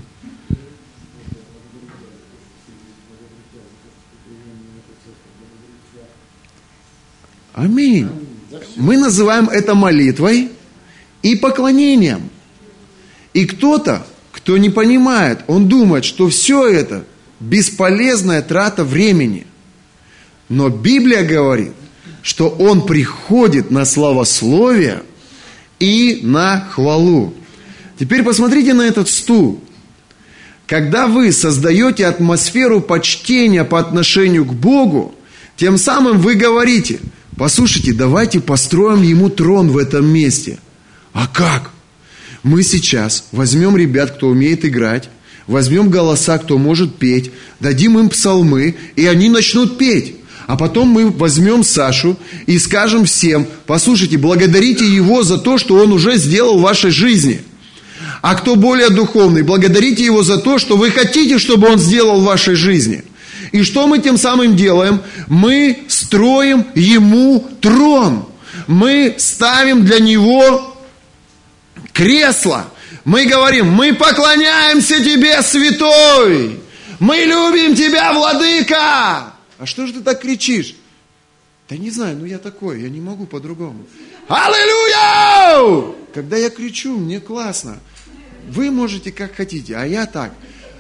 Аминь. Мы называем это молитвой и поклонением. И кто-то, кто не понимает, он думает, что все это бесполезная трата времени. Но Библия говорит, что он приходит на славословие и на хвалу. Теперь посмотрите на этот стул. Когда вы создаете атмосферу почтения по отношению к Богу, тем самым вы говорите, послушайте, давайте построим ему трон в этом месте. А как? Мы сейчас возьмем ребят, кто умеет играть, возьмем голоса, кто может петь, дадим им псалмы, и они начнут петь. А потом мы возьмем Сашу и скажем всем, послушайте, благодарите его за то, что он уже сделал в вашей жизни. А кто более духовный, благодарите его за то, что вы хотите, чтобы он сделал в вашей жизни. И что мы тем самым делаем? Мы строим ему трон. Мы ставим для него кресло. Мы говорим, мы поклоняемся тебе, святой. Мы любим тебя, владыка. А что же ты так кричишь? Да не знаю, ну я такой, я не могу по-другому. Аллилуйя! Когда я кричу, мне классно. Вы можете как хотите, а я так.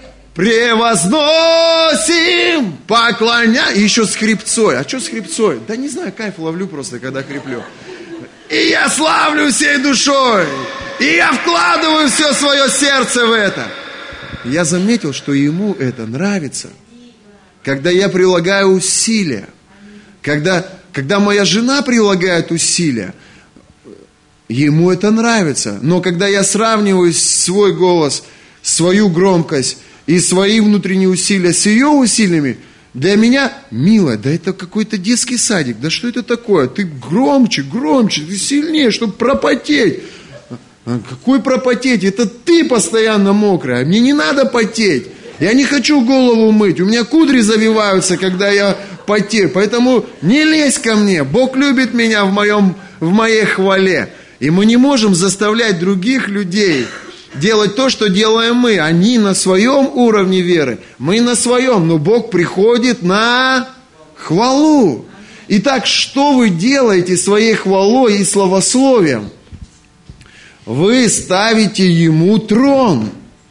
Превозносим, поклоняем. И еще с хрипцой. А что с хрипцой? Да не знаю, кайф ловлю просто, когда хриплю. И я славлю всей душой. И я вкладываю все свое сердце в это. Я заметил, что ему это нравится. Когда я прилагаю усилия. Когда, когда моя жена прилагает усилия. Ему это нравится. Но когда я сравниваю свой голос, свою громкость и свои внутренние усилия с ее усилиями, для меня, милая, да это какой-то детский садик. Да что это такое? Ты громче, громче, ты сильнее, чтобы пропотеть. Какой пропотеть? Это ты постоянно мокрая. Мне не надо потеть. Я не хочу голову мыть. У меня кудри завиваются, когда я потею. Поэтому не лезь ко мне. Бог любит меня в, моем, в моей хвале. И мы не можем заставлять других людей делать то, что делаем мы. Они на своем уровне веры, мы на своем. Но Бог приходит на хвалу. Итак, что вы делаете своей хвалой и славословием? Вы ставите Ему трон.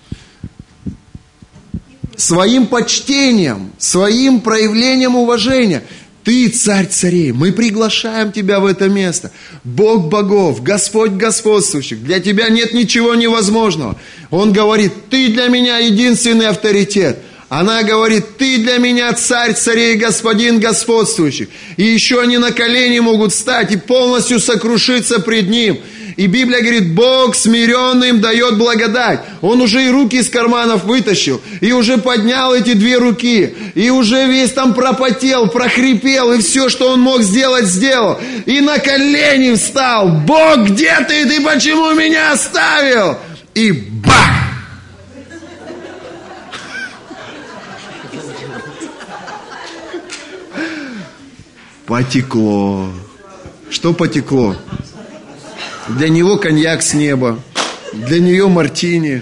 Своим почтением, своим проявлением уважения. Ты царь царей, мы приглашаем тебя в это место. Бог богов, Господь господствующих, для тебя нет ничего невозможного. Он говорит, ты для меня единственный авторитет. Она говорит, ты для меня царь царей, господин господствующих. И еще они на колени могут встать и полностью сокрушиться пред Ним. И Библия говорит, Бог смиренным дает благодать. Он уже и руки из карманов вытащил, и уже поднял эти две руки, и уже весь там пропотел, прохрипел, и все, что он мог сделать, сделал. И на колени встал. Бог, где ты? Ты почему меня оставил? И бах! Потекло. Что потекло? Для него коньяк с неба, для нее мартини,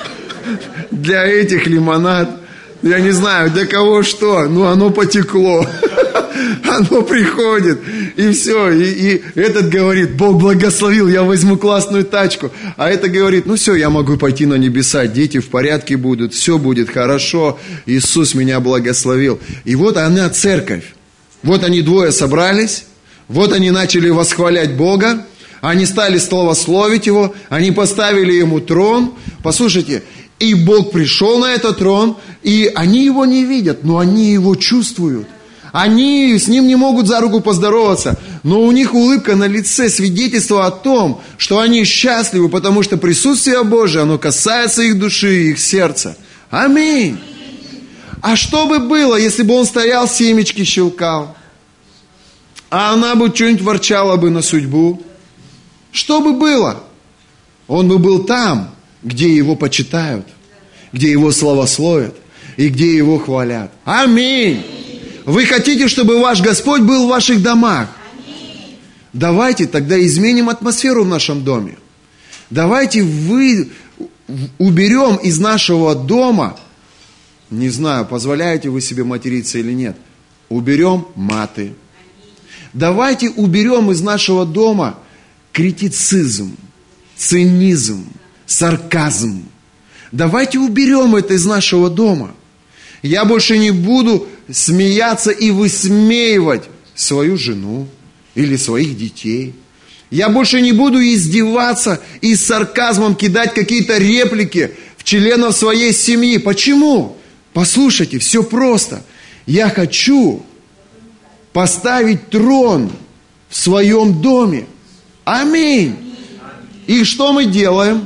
для этих лимонад. Я не знаю, для кого что, но оно потекло. Оно приходит, и все. И, и этот говорит, Бог благословил, я возьму классную тачку. А это говорит, ну все, я могу пойти на небеса, дети в порядке будут, все будет хорошо, Иисус меня благословил. И вот она, церковь. Вот они двое собрались, вот они начали восхвалять Бога. Они стали славословить Его, они поставили Ему трон. Послушайте, и Бог пришел на этот трон, и они Его не видят, но они Его чувствуют. Они с Ним не могут за руку поздороваться, но у них улыбка на лице, свидетельство о том, что они счастливы, потому что присутствие Божие, оно касается их души и их сердца. Аминь. А что бы было, если бы он стоял, семечки щелкал, а она бы что-нибудь ворчала бы на судьбу? Что бы было? Он бы был там, где его почитают, где его славословят и где его хвалят. Аминь! Вы хотите, чтобы ваш Господь был в ваших домах? Давайте тогда изменим атмосферу в нашем доме. Давайте вы уберем из нашего дома, не знаю, позволяете вы себе материться или нет, уберем маты. Давайте уберем из нашего дома критицизм, цинизм, сарказм. Давайте уберем это из нашего дома. Я больше не буду смеяться и высмеивать свою жену или своих детей. Я больше не буду издеваться и с сарказмом кидать какие-то реплики в членов своей семьи. Почему? Послушайте, все просто. Я хочу поставить трон в своем доме. Аминь. И что мы делаем?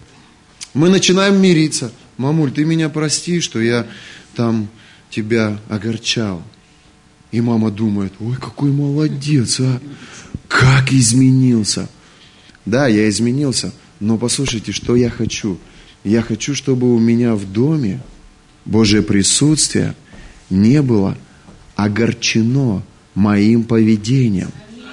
Мы начинаем мириться. Мамуль, ты меня прости, что я там тебя огорчал. И мама думает, ой, какой молодец, а? Как изменился. Да, я изменился, но послушайте, что я хочу. Я хочу, чтобы у меня в доме Божье присутствие не было огорчено моим поведением.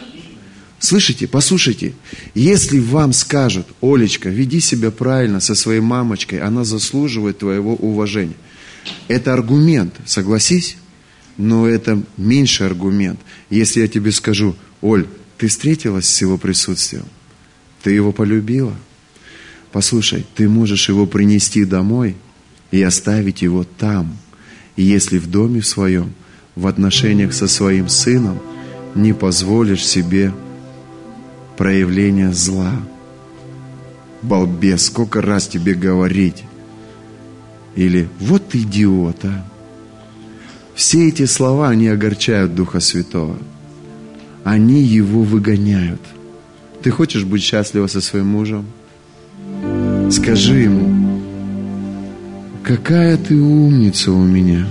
Слышите, послушайте, если вам скажут, Олечка, веди себя правильно со своей мамочкой, она заслуживает твоего уважения. Это аргумент, согласись? Но это меньший аргумент. Если я тебе скажу, Оль, ты встретилась с его присутствием? Ты его полюбила? Послушай, ты можешь его принести домой и оставить его там. И если в доме в своем, в отношениях со своим сыном, не позволишь себе проявление зла. Балбес, сколько раз тебе говорить? Или вот идиот, а? Все эти слова, они огорчают Духа Святого. Они его выгоняют. Ты хочешь быть счастлива со своим мужем? Скажи ему: какая ты умница у меня.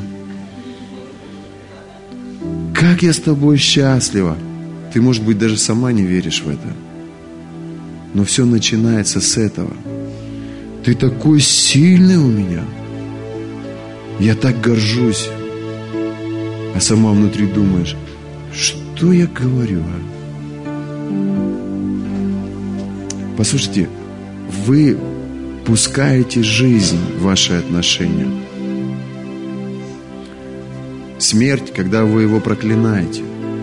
Как я с тобой счастлива. Ты, может быть, даже сама не веришь в это. Но все начинается с этого. Ты такой сильный у меня. Я так горжусь. А сама внутри думаешь: что я говорю, а? Послушайте, вы пускаете жизнь в ваши отношения. Смерть, когда вы его проклинаете.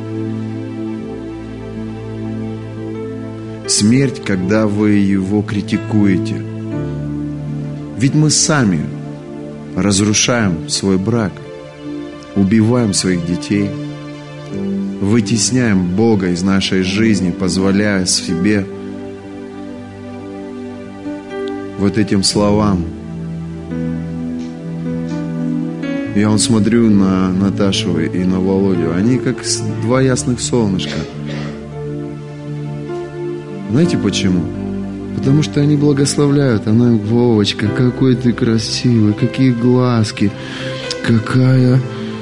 Смерть, когда вы его критикуете. Ведь мы сами разрушаем свой брак, убиваем своих детей, вытесняем Бога из нашей жизни, позволяя себе вот этим словам. Я вот смотрю на Наташу и на Володю. Они как два ясных солнышка. Знаете почему? Потому что они благословляют. Она: Вовочка, какой ты красивый, какие глазки, какая...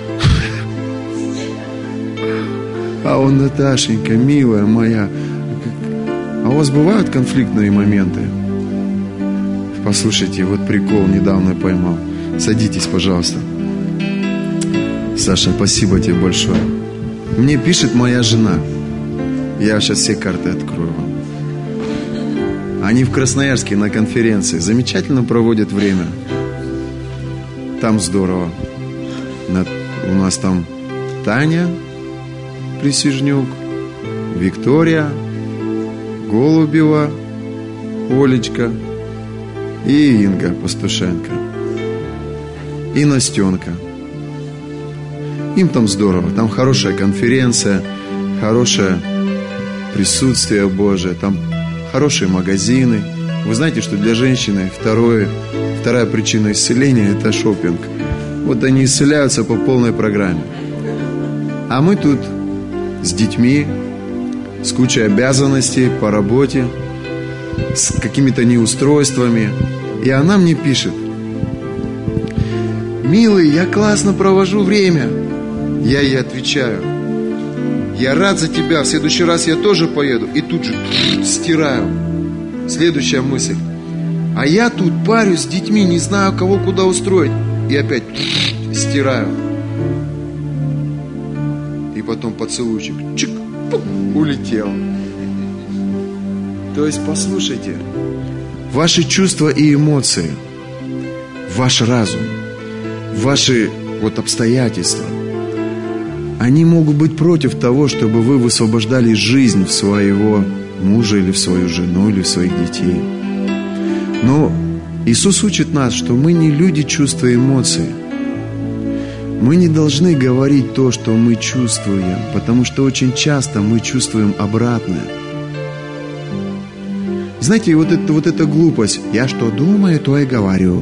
А он: Наташенька, милая моя. А у вас бывают конфликтные моменты? Послушайте, вот прикол недавно поймал. Садитесь, пожалуйста. Саша, спасибо тебе большое. Мне пишет моя жена. Я сейчас все карты открою вам. Они в Красноярске на конференции. Замечательно проводят время. Там здорово. У нас там Таня Присяжнюк, Виктория, Голубева, Олечка и Инга Пастушенко. И Настенка. Им там здорово. Там хорошая конференция, хорошее присутствие Божие. Там хорошие магазины. Вы знаете, что для женщины второе, вторая причина исцеления – это шопинг. Вот они исцеляются по полной программе. А мы тут с детьми, с кучей обязанностей по работе, с какими-то неустройствами. И она мне пишет: милый, я классно провожу время. Я ей отвечаю: я рад за тебя, в следующий раз я тоже поеду. И тут же стираю. Следующая мысль: а я тут парюсь с детьми, не знаю, кого куда устроить. И опять стираю. И потом поцелуйчик. Чик, пук, улетел. То есть, послушайте, ваши чувства и эмоции, ваш разум, ваши вот обстоятельства, они могут быть против того, чтобы вы высвобождали жизнь в своего мужа или в свою жену, или в своих детей. Но Иисус учит нас, что мы не люди чувства и эмоций. Мы не должны говорить то, что мы чувствуем, потому что очень часто мы чувствуем обратное. Знаете, вот это, вот эта глупость. Я что думаю, то и говорю.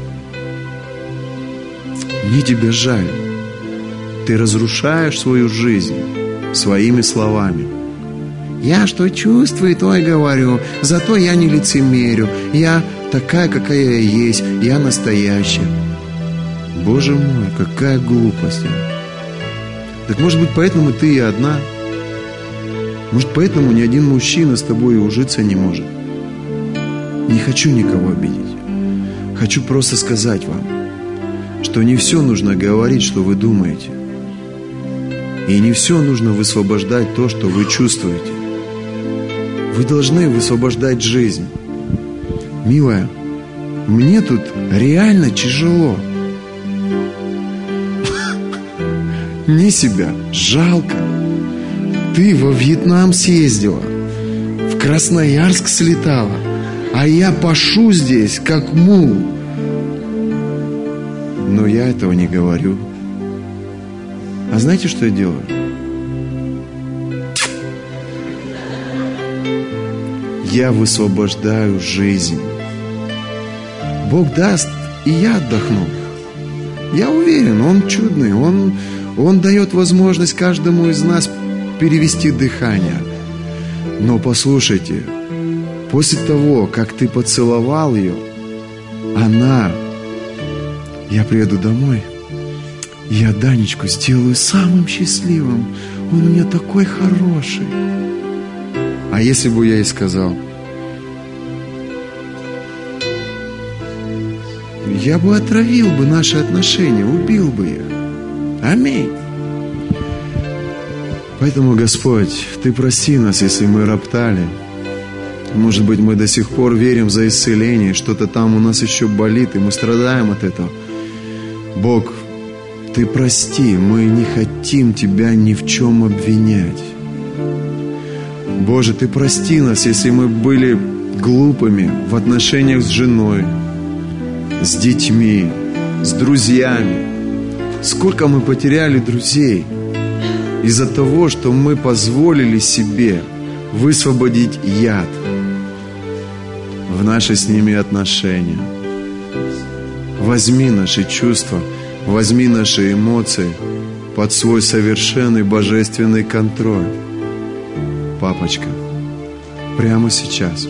Мне тебя жаль. Ты разрушаешь свою жизнь своими словами. Я что чувствую, то и говорю. Зато я не лицемерю. Я такая, какая я есть. Я настоящая. Боже мой, какая глупость. Так может быть, поэтому ты и одна? Может, поэтому ни один мужчина с тобой ужиться не может? Не хочу никого обидеть. Хочу просто сказать вам, что не все нужно говорить, что вы думаете. И не все нужно высвобождать то, что вы чувствуете. Вы должны высвобождать жизнь. Милая, мне тут реально тяжело. Мне себя жалко. Ты во Вьетнам съездила, в Красноярск слетала, а я пашу здесь, как мул. Но я этого не говорю. А знаете, что я делаю? я высвобождаю жизнь. Бог даст, и я отдохну. Я уверен, Он чудный, Он, Он дает возможность каждому из нас перевести дыхание. Но послушайте, после того, как ты поцеловал ее, она, я приеду домой, я Данечку сделаю самым счастливым. Он у меня такой хороший. А если бы я ей сказал, я бы отравил бы наши отношения, убил бы их. Аминь. Поэтому, Господь, Ты прости нас, если мы роптали. Может быть, мы до сих пор верим за исцеление, что-то там у нас еще болит, и мы страдаем от этого. Бог, Ты прости, мы не хотим Тебя ни в чем обвинять. Боже, Ты прости нас, если мы были глупыми в отношениях с женой, с детьми, с друзьями. Сколько мы потеряли друзей из-за того, что мы позволили себе высвободить яд в наши с ними отношения. Возьми наши чувства, возьми наши эмоции под свой совершенный божественный контроль. Папочка, прямо сейчас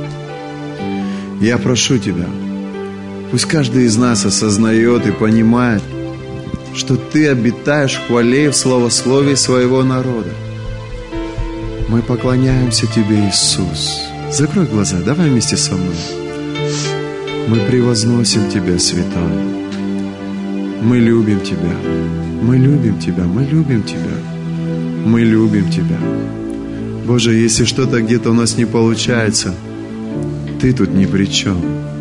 я прошу Тебя, пусть каждый из нас осознает и понимает, что Ты обитаешь в хвале и в славословии своего народа. Мы поклоняемся Тебе, Иисус. Закрой глаза, давай вместе со мной. Мы превозносим Тебя, Святой. Мы любим Тебя. Мы любим Тебя. Мы любим Тебя. Мы любим Тебя. Боже, если что-то где-то у нас не получается, Ты тут ни при чем.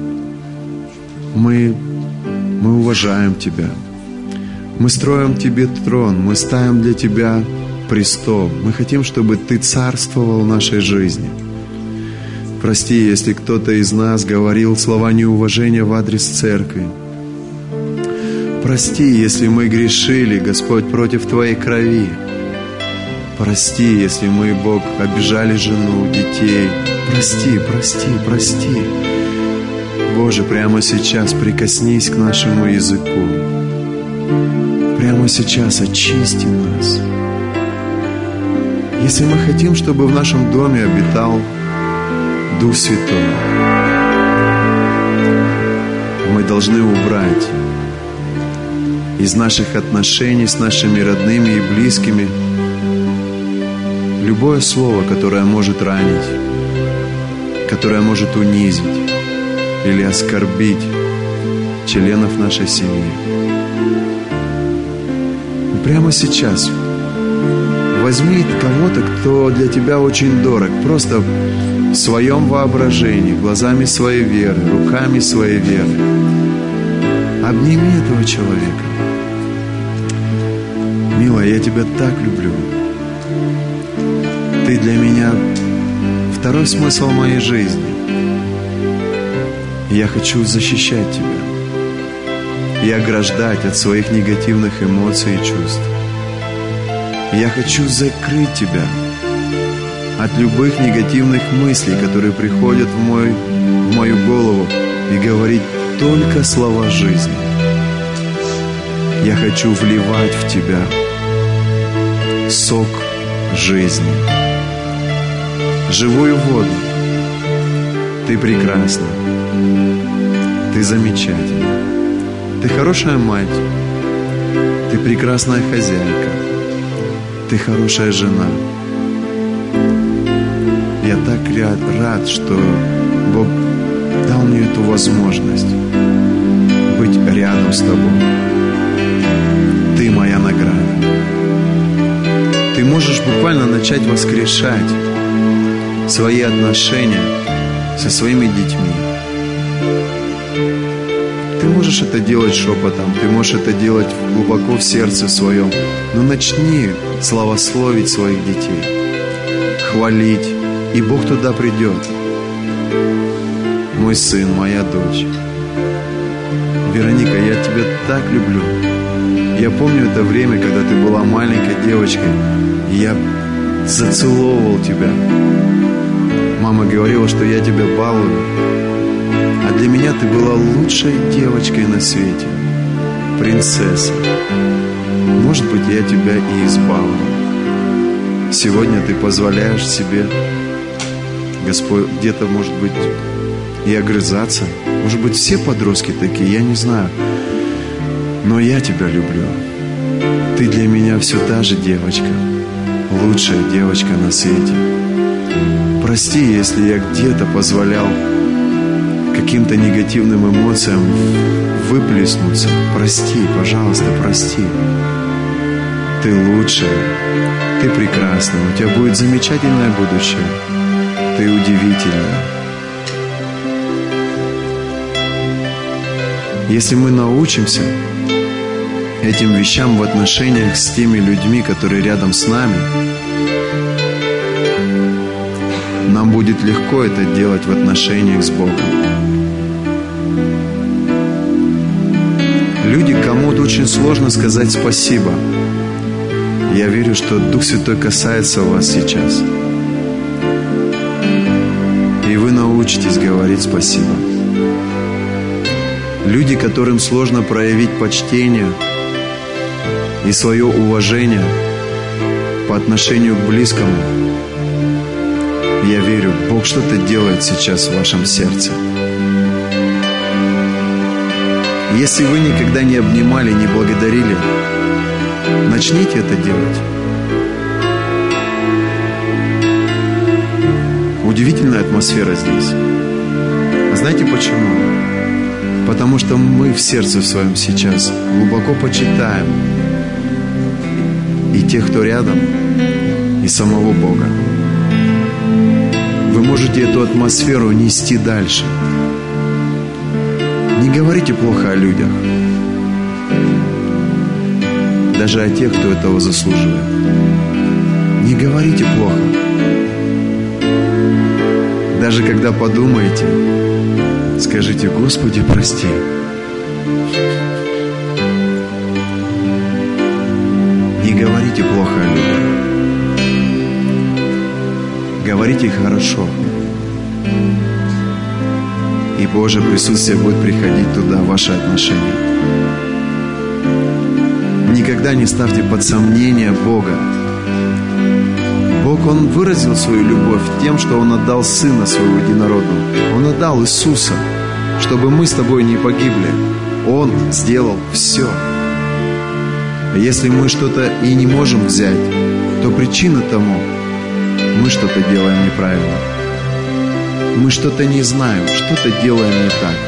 Мы, мы уважаем Тебя. Мы строим Тебе трон. Мы ставим для Тебя престол. Мы хотим, чтобы Ты царствовал в нашей жизни. Прости, если кто-то из нас говорил слова неуважения в адрес церкви. Прости, если мы грешили, Господь, против Твоей крови. Прости, если мы, Бог, обижали жену, детей. Прости, прости, прости. Боже, прямо сейчас прикоснись к нашему языку. Прямо сейчас очисти нас. Если мы хотим, чтобы в нашем доме обитал Дух Святой, мы должны убрать из наших отношений с нашими родными и близкими любое слово, которое может ранить, которое может унизить или оскорбить членов нашей семьи. И прямо сейчас возьми кого-то, кто для тебя очень дорог, просто в своем воображении, глазами своей веры, руками своей веры. Обними этого человека. Милая, я тебя так люблю. Ты для меня второй смысл моей жизни. Я хочу защищать тебя и ограждать от своих негативных эмоций и чувств. Я хочу закрыть тебя от любых негативных мыслей, которые приходят в, мой, в мою голову, и говорить только слова жизни. Я хочу вливать в тебя сок жизни, живую воду. Ты прекрасна, ты замечательна, ты хорошая мать, ты прекрасная хозяйка, ты хорошая жена. Я так рад, рад, что Бог дал мне эту возможность быть рядом с тобой. Ты моя награда. Ты можешь буквально начать воскрешать свои отношения со своими детьми. Ты можешь это делать шепотом, ты можешь это делать глубоко в сердце своем, но начни славословить своих детей, хвалить, и Бог туда придет. Мой сын, моя дочь. Вероника, я тебя так люблю. Я помню это время, когда ты была маленькой девочкой, и я зацеловывал тебя. Мама говорила, что я тебя балую, а для меня ты была лучшей девочкой на свете, принцесса. Может быть, я тебя и избаловал. Сегодня ты позволяешь себе, Господь, где-то, может быть, и огрызаться. Может быть, все подростки такие, я не знаю. Но я тебя люблю. Ты для меня все та же девочка, лучшая девочка на свете. Прости, если я где-то позволял каким-то негативным эмоциям выплеснуться. Прости, пожалуйста, прости. Ты лучшая, ты прекрасная, у тебя будет замечательное будущее. Ты удивительная. Если мы научимся этим вещам в отношениях с теми людьми, которые рядом с нами, нам будет легко это делать в отношениях с Богом. Люди, кому-то очень сложно сказать спасибо. Я верю, что Дух Святой касается вас сейчас. И вы научитесь говорить спасибо. Люди, которым сложно проявить почтение и свое уважение по отношению к близкому, я верю, Бог что-то делает сейчас в вашем сердце. Если вы никогда не обнимали, не благодарили, начните это делать. Удивительная атмосфера здесь. А знаете почему? Потому что мы в сердце в своем сейчас глубоко почитаем и тех, кто рядом, и самого Бога. Вы можете эту атмосферу нести дальше. Не говорите плохо о людях, даже о тех, кто этого заслуживает. Не говорите плохо. Даже когда подумаете, скажите: Господи, прости. Не говорите плохо о людях. Говорите хорошо. И Божье присутствие будет приходить туда, в ваши отношения. Никогда не ставьте под сомнение Бога. Бог, Он выразил свою любовь тем, что Он отдал Сына Своего Единородного. Он отдал Иисуса, чтобы мы с тобой не погибли. Он сделал все. А если мы что-то и не можем взять, то причина тому — мы что-то делаем неправильно. Мы что-то не знаем, что-то делаем не так.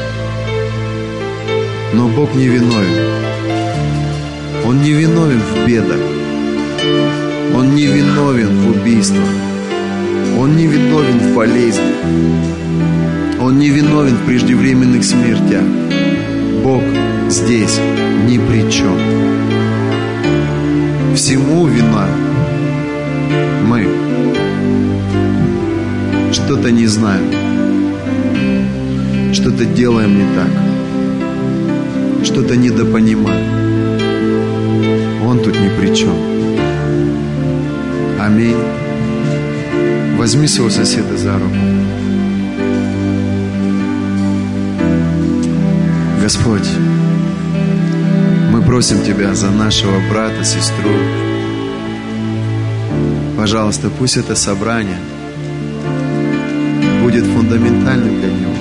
Но Бог не виновен. Он не виновен в бедах. Он не виновен в убийствах. Он не виновен в болезнях. Он не виновен в преждевременных смертях. Бог здесь ни при чем. Всему вина мы. Что-то не знаем. Что-то делаем не так. Что-то недопонимаем. Он тут ни при чем. Аминь. Возьми своего соседа за руку. Господь, мы просим Тебя за нашего брата, сестру. Пожалуйста, пусть это собрание будет фундаментальным для него,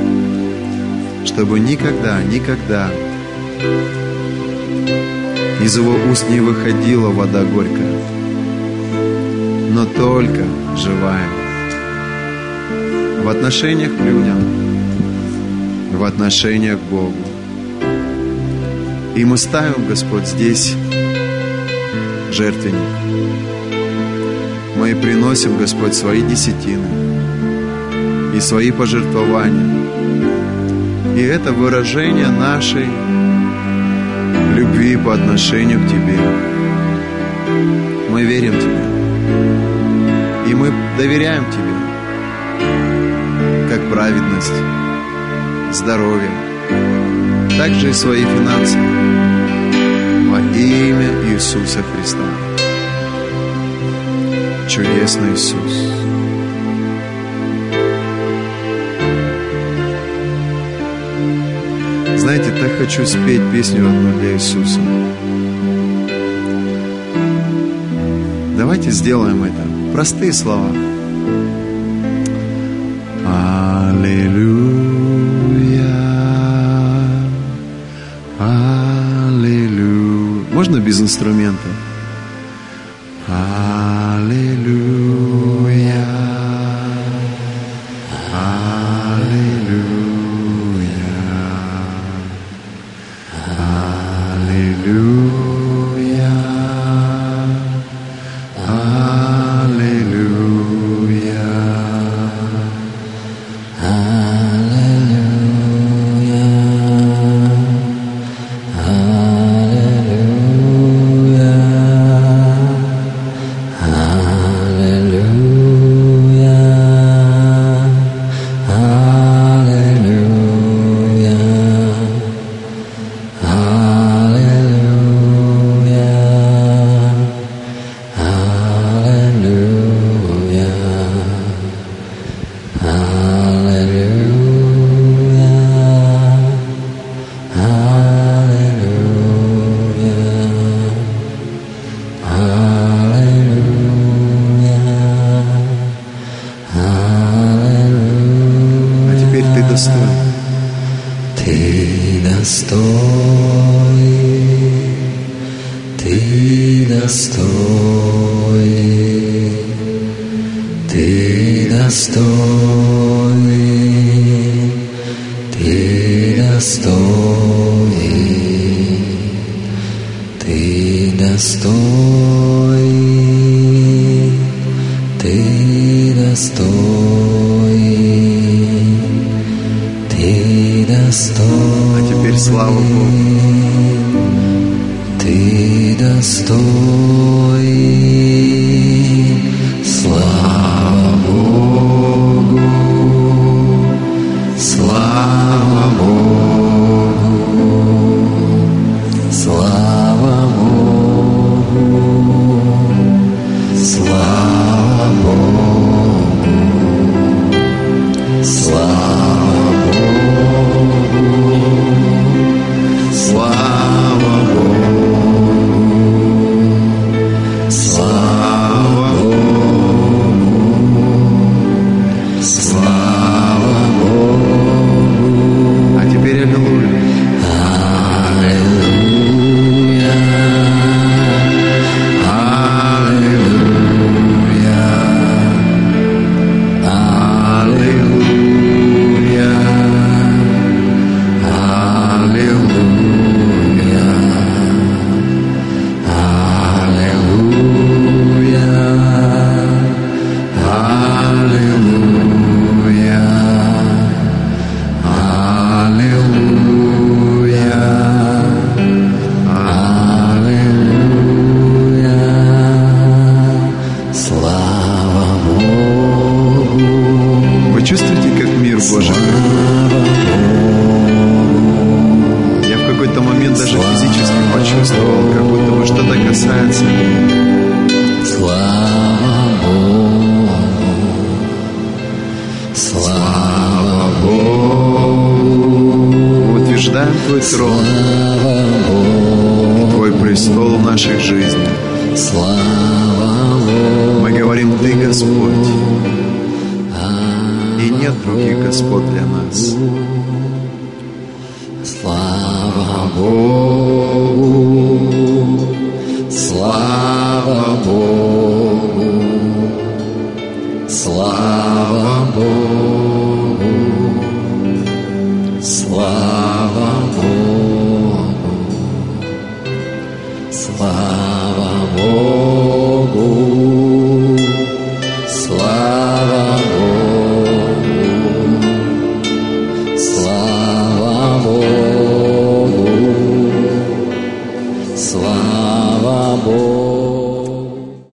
чтобы никогда, никогда из его уст не выходила вода горькая, но только живая. В отношениях к людям, в отношениях к Богу. И мы ставим, Господь, здесь жертвенник. Мы приносим, Господь, свои десятины и свои пожертвования. И это выражение нашей любви по отношению к Тебе. Мы верим Тебе. И мы доверяем Тебе, как праведность, здоровье, также и свои финансы. Во имя Иисуса Христа. Чудесный Иисус. Знаете, так хочу спеть песню одну для Иисуса. Давайте сделаем это. Простые слова. Аллилуйя, аллилуйя. Можно без инструмента? Аллилуйя, аллилуйя, аллилуйя, аллилуйя, Слава Богу.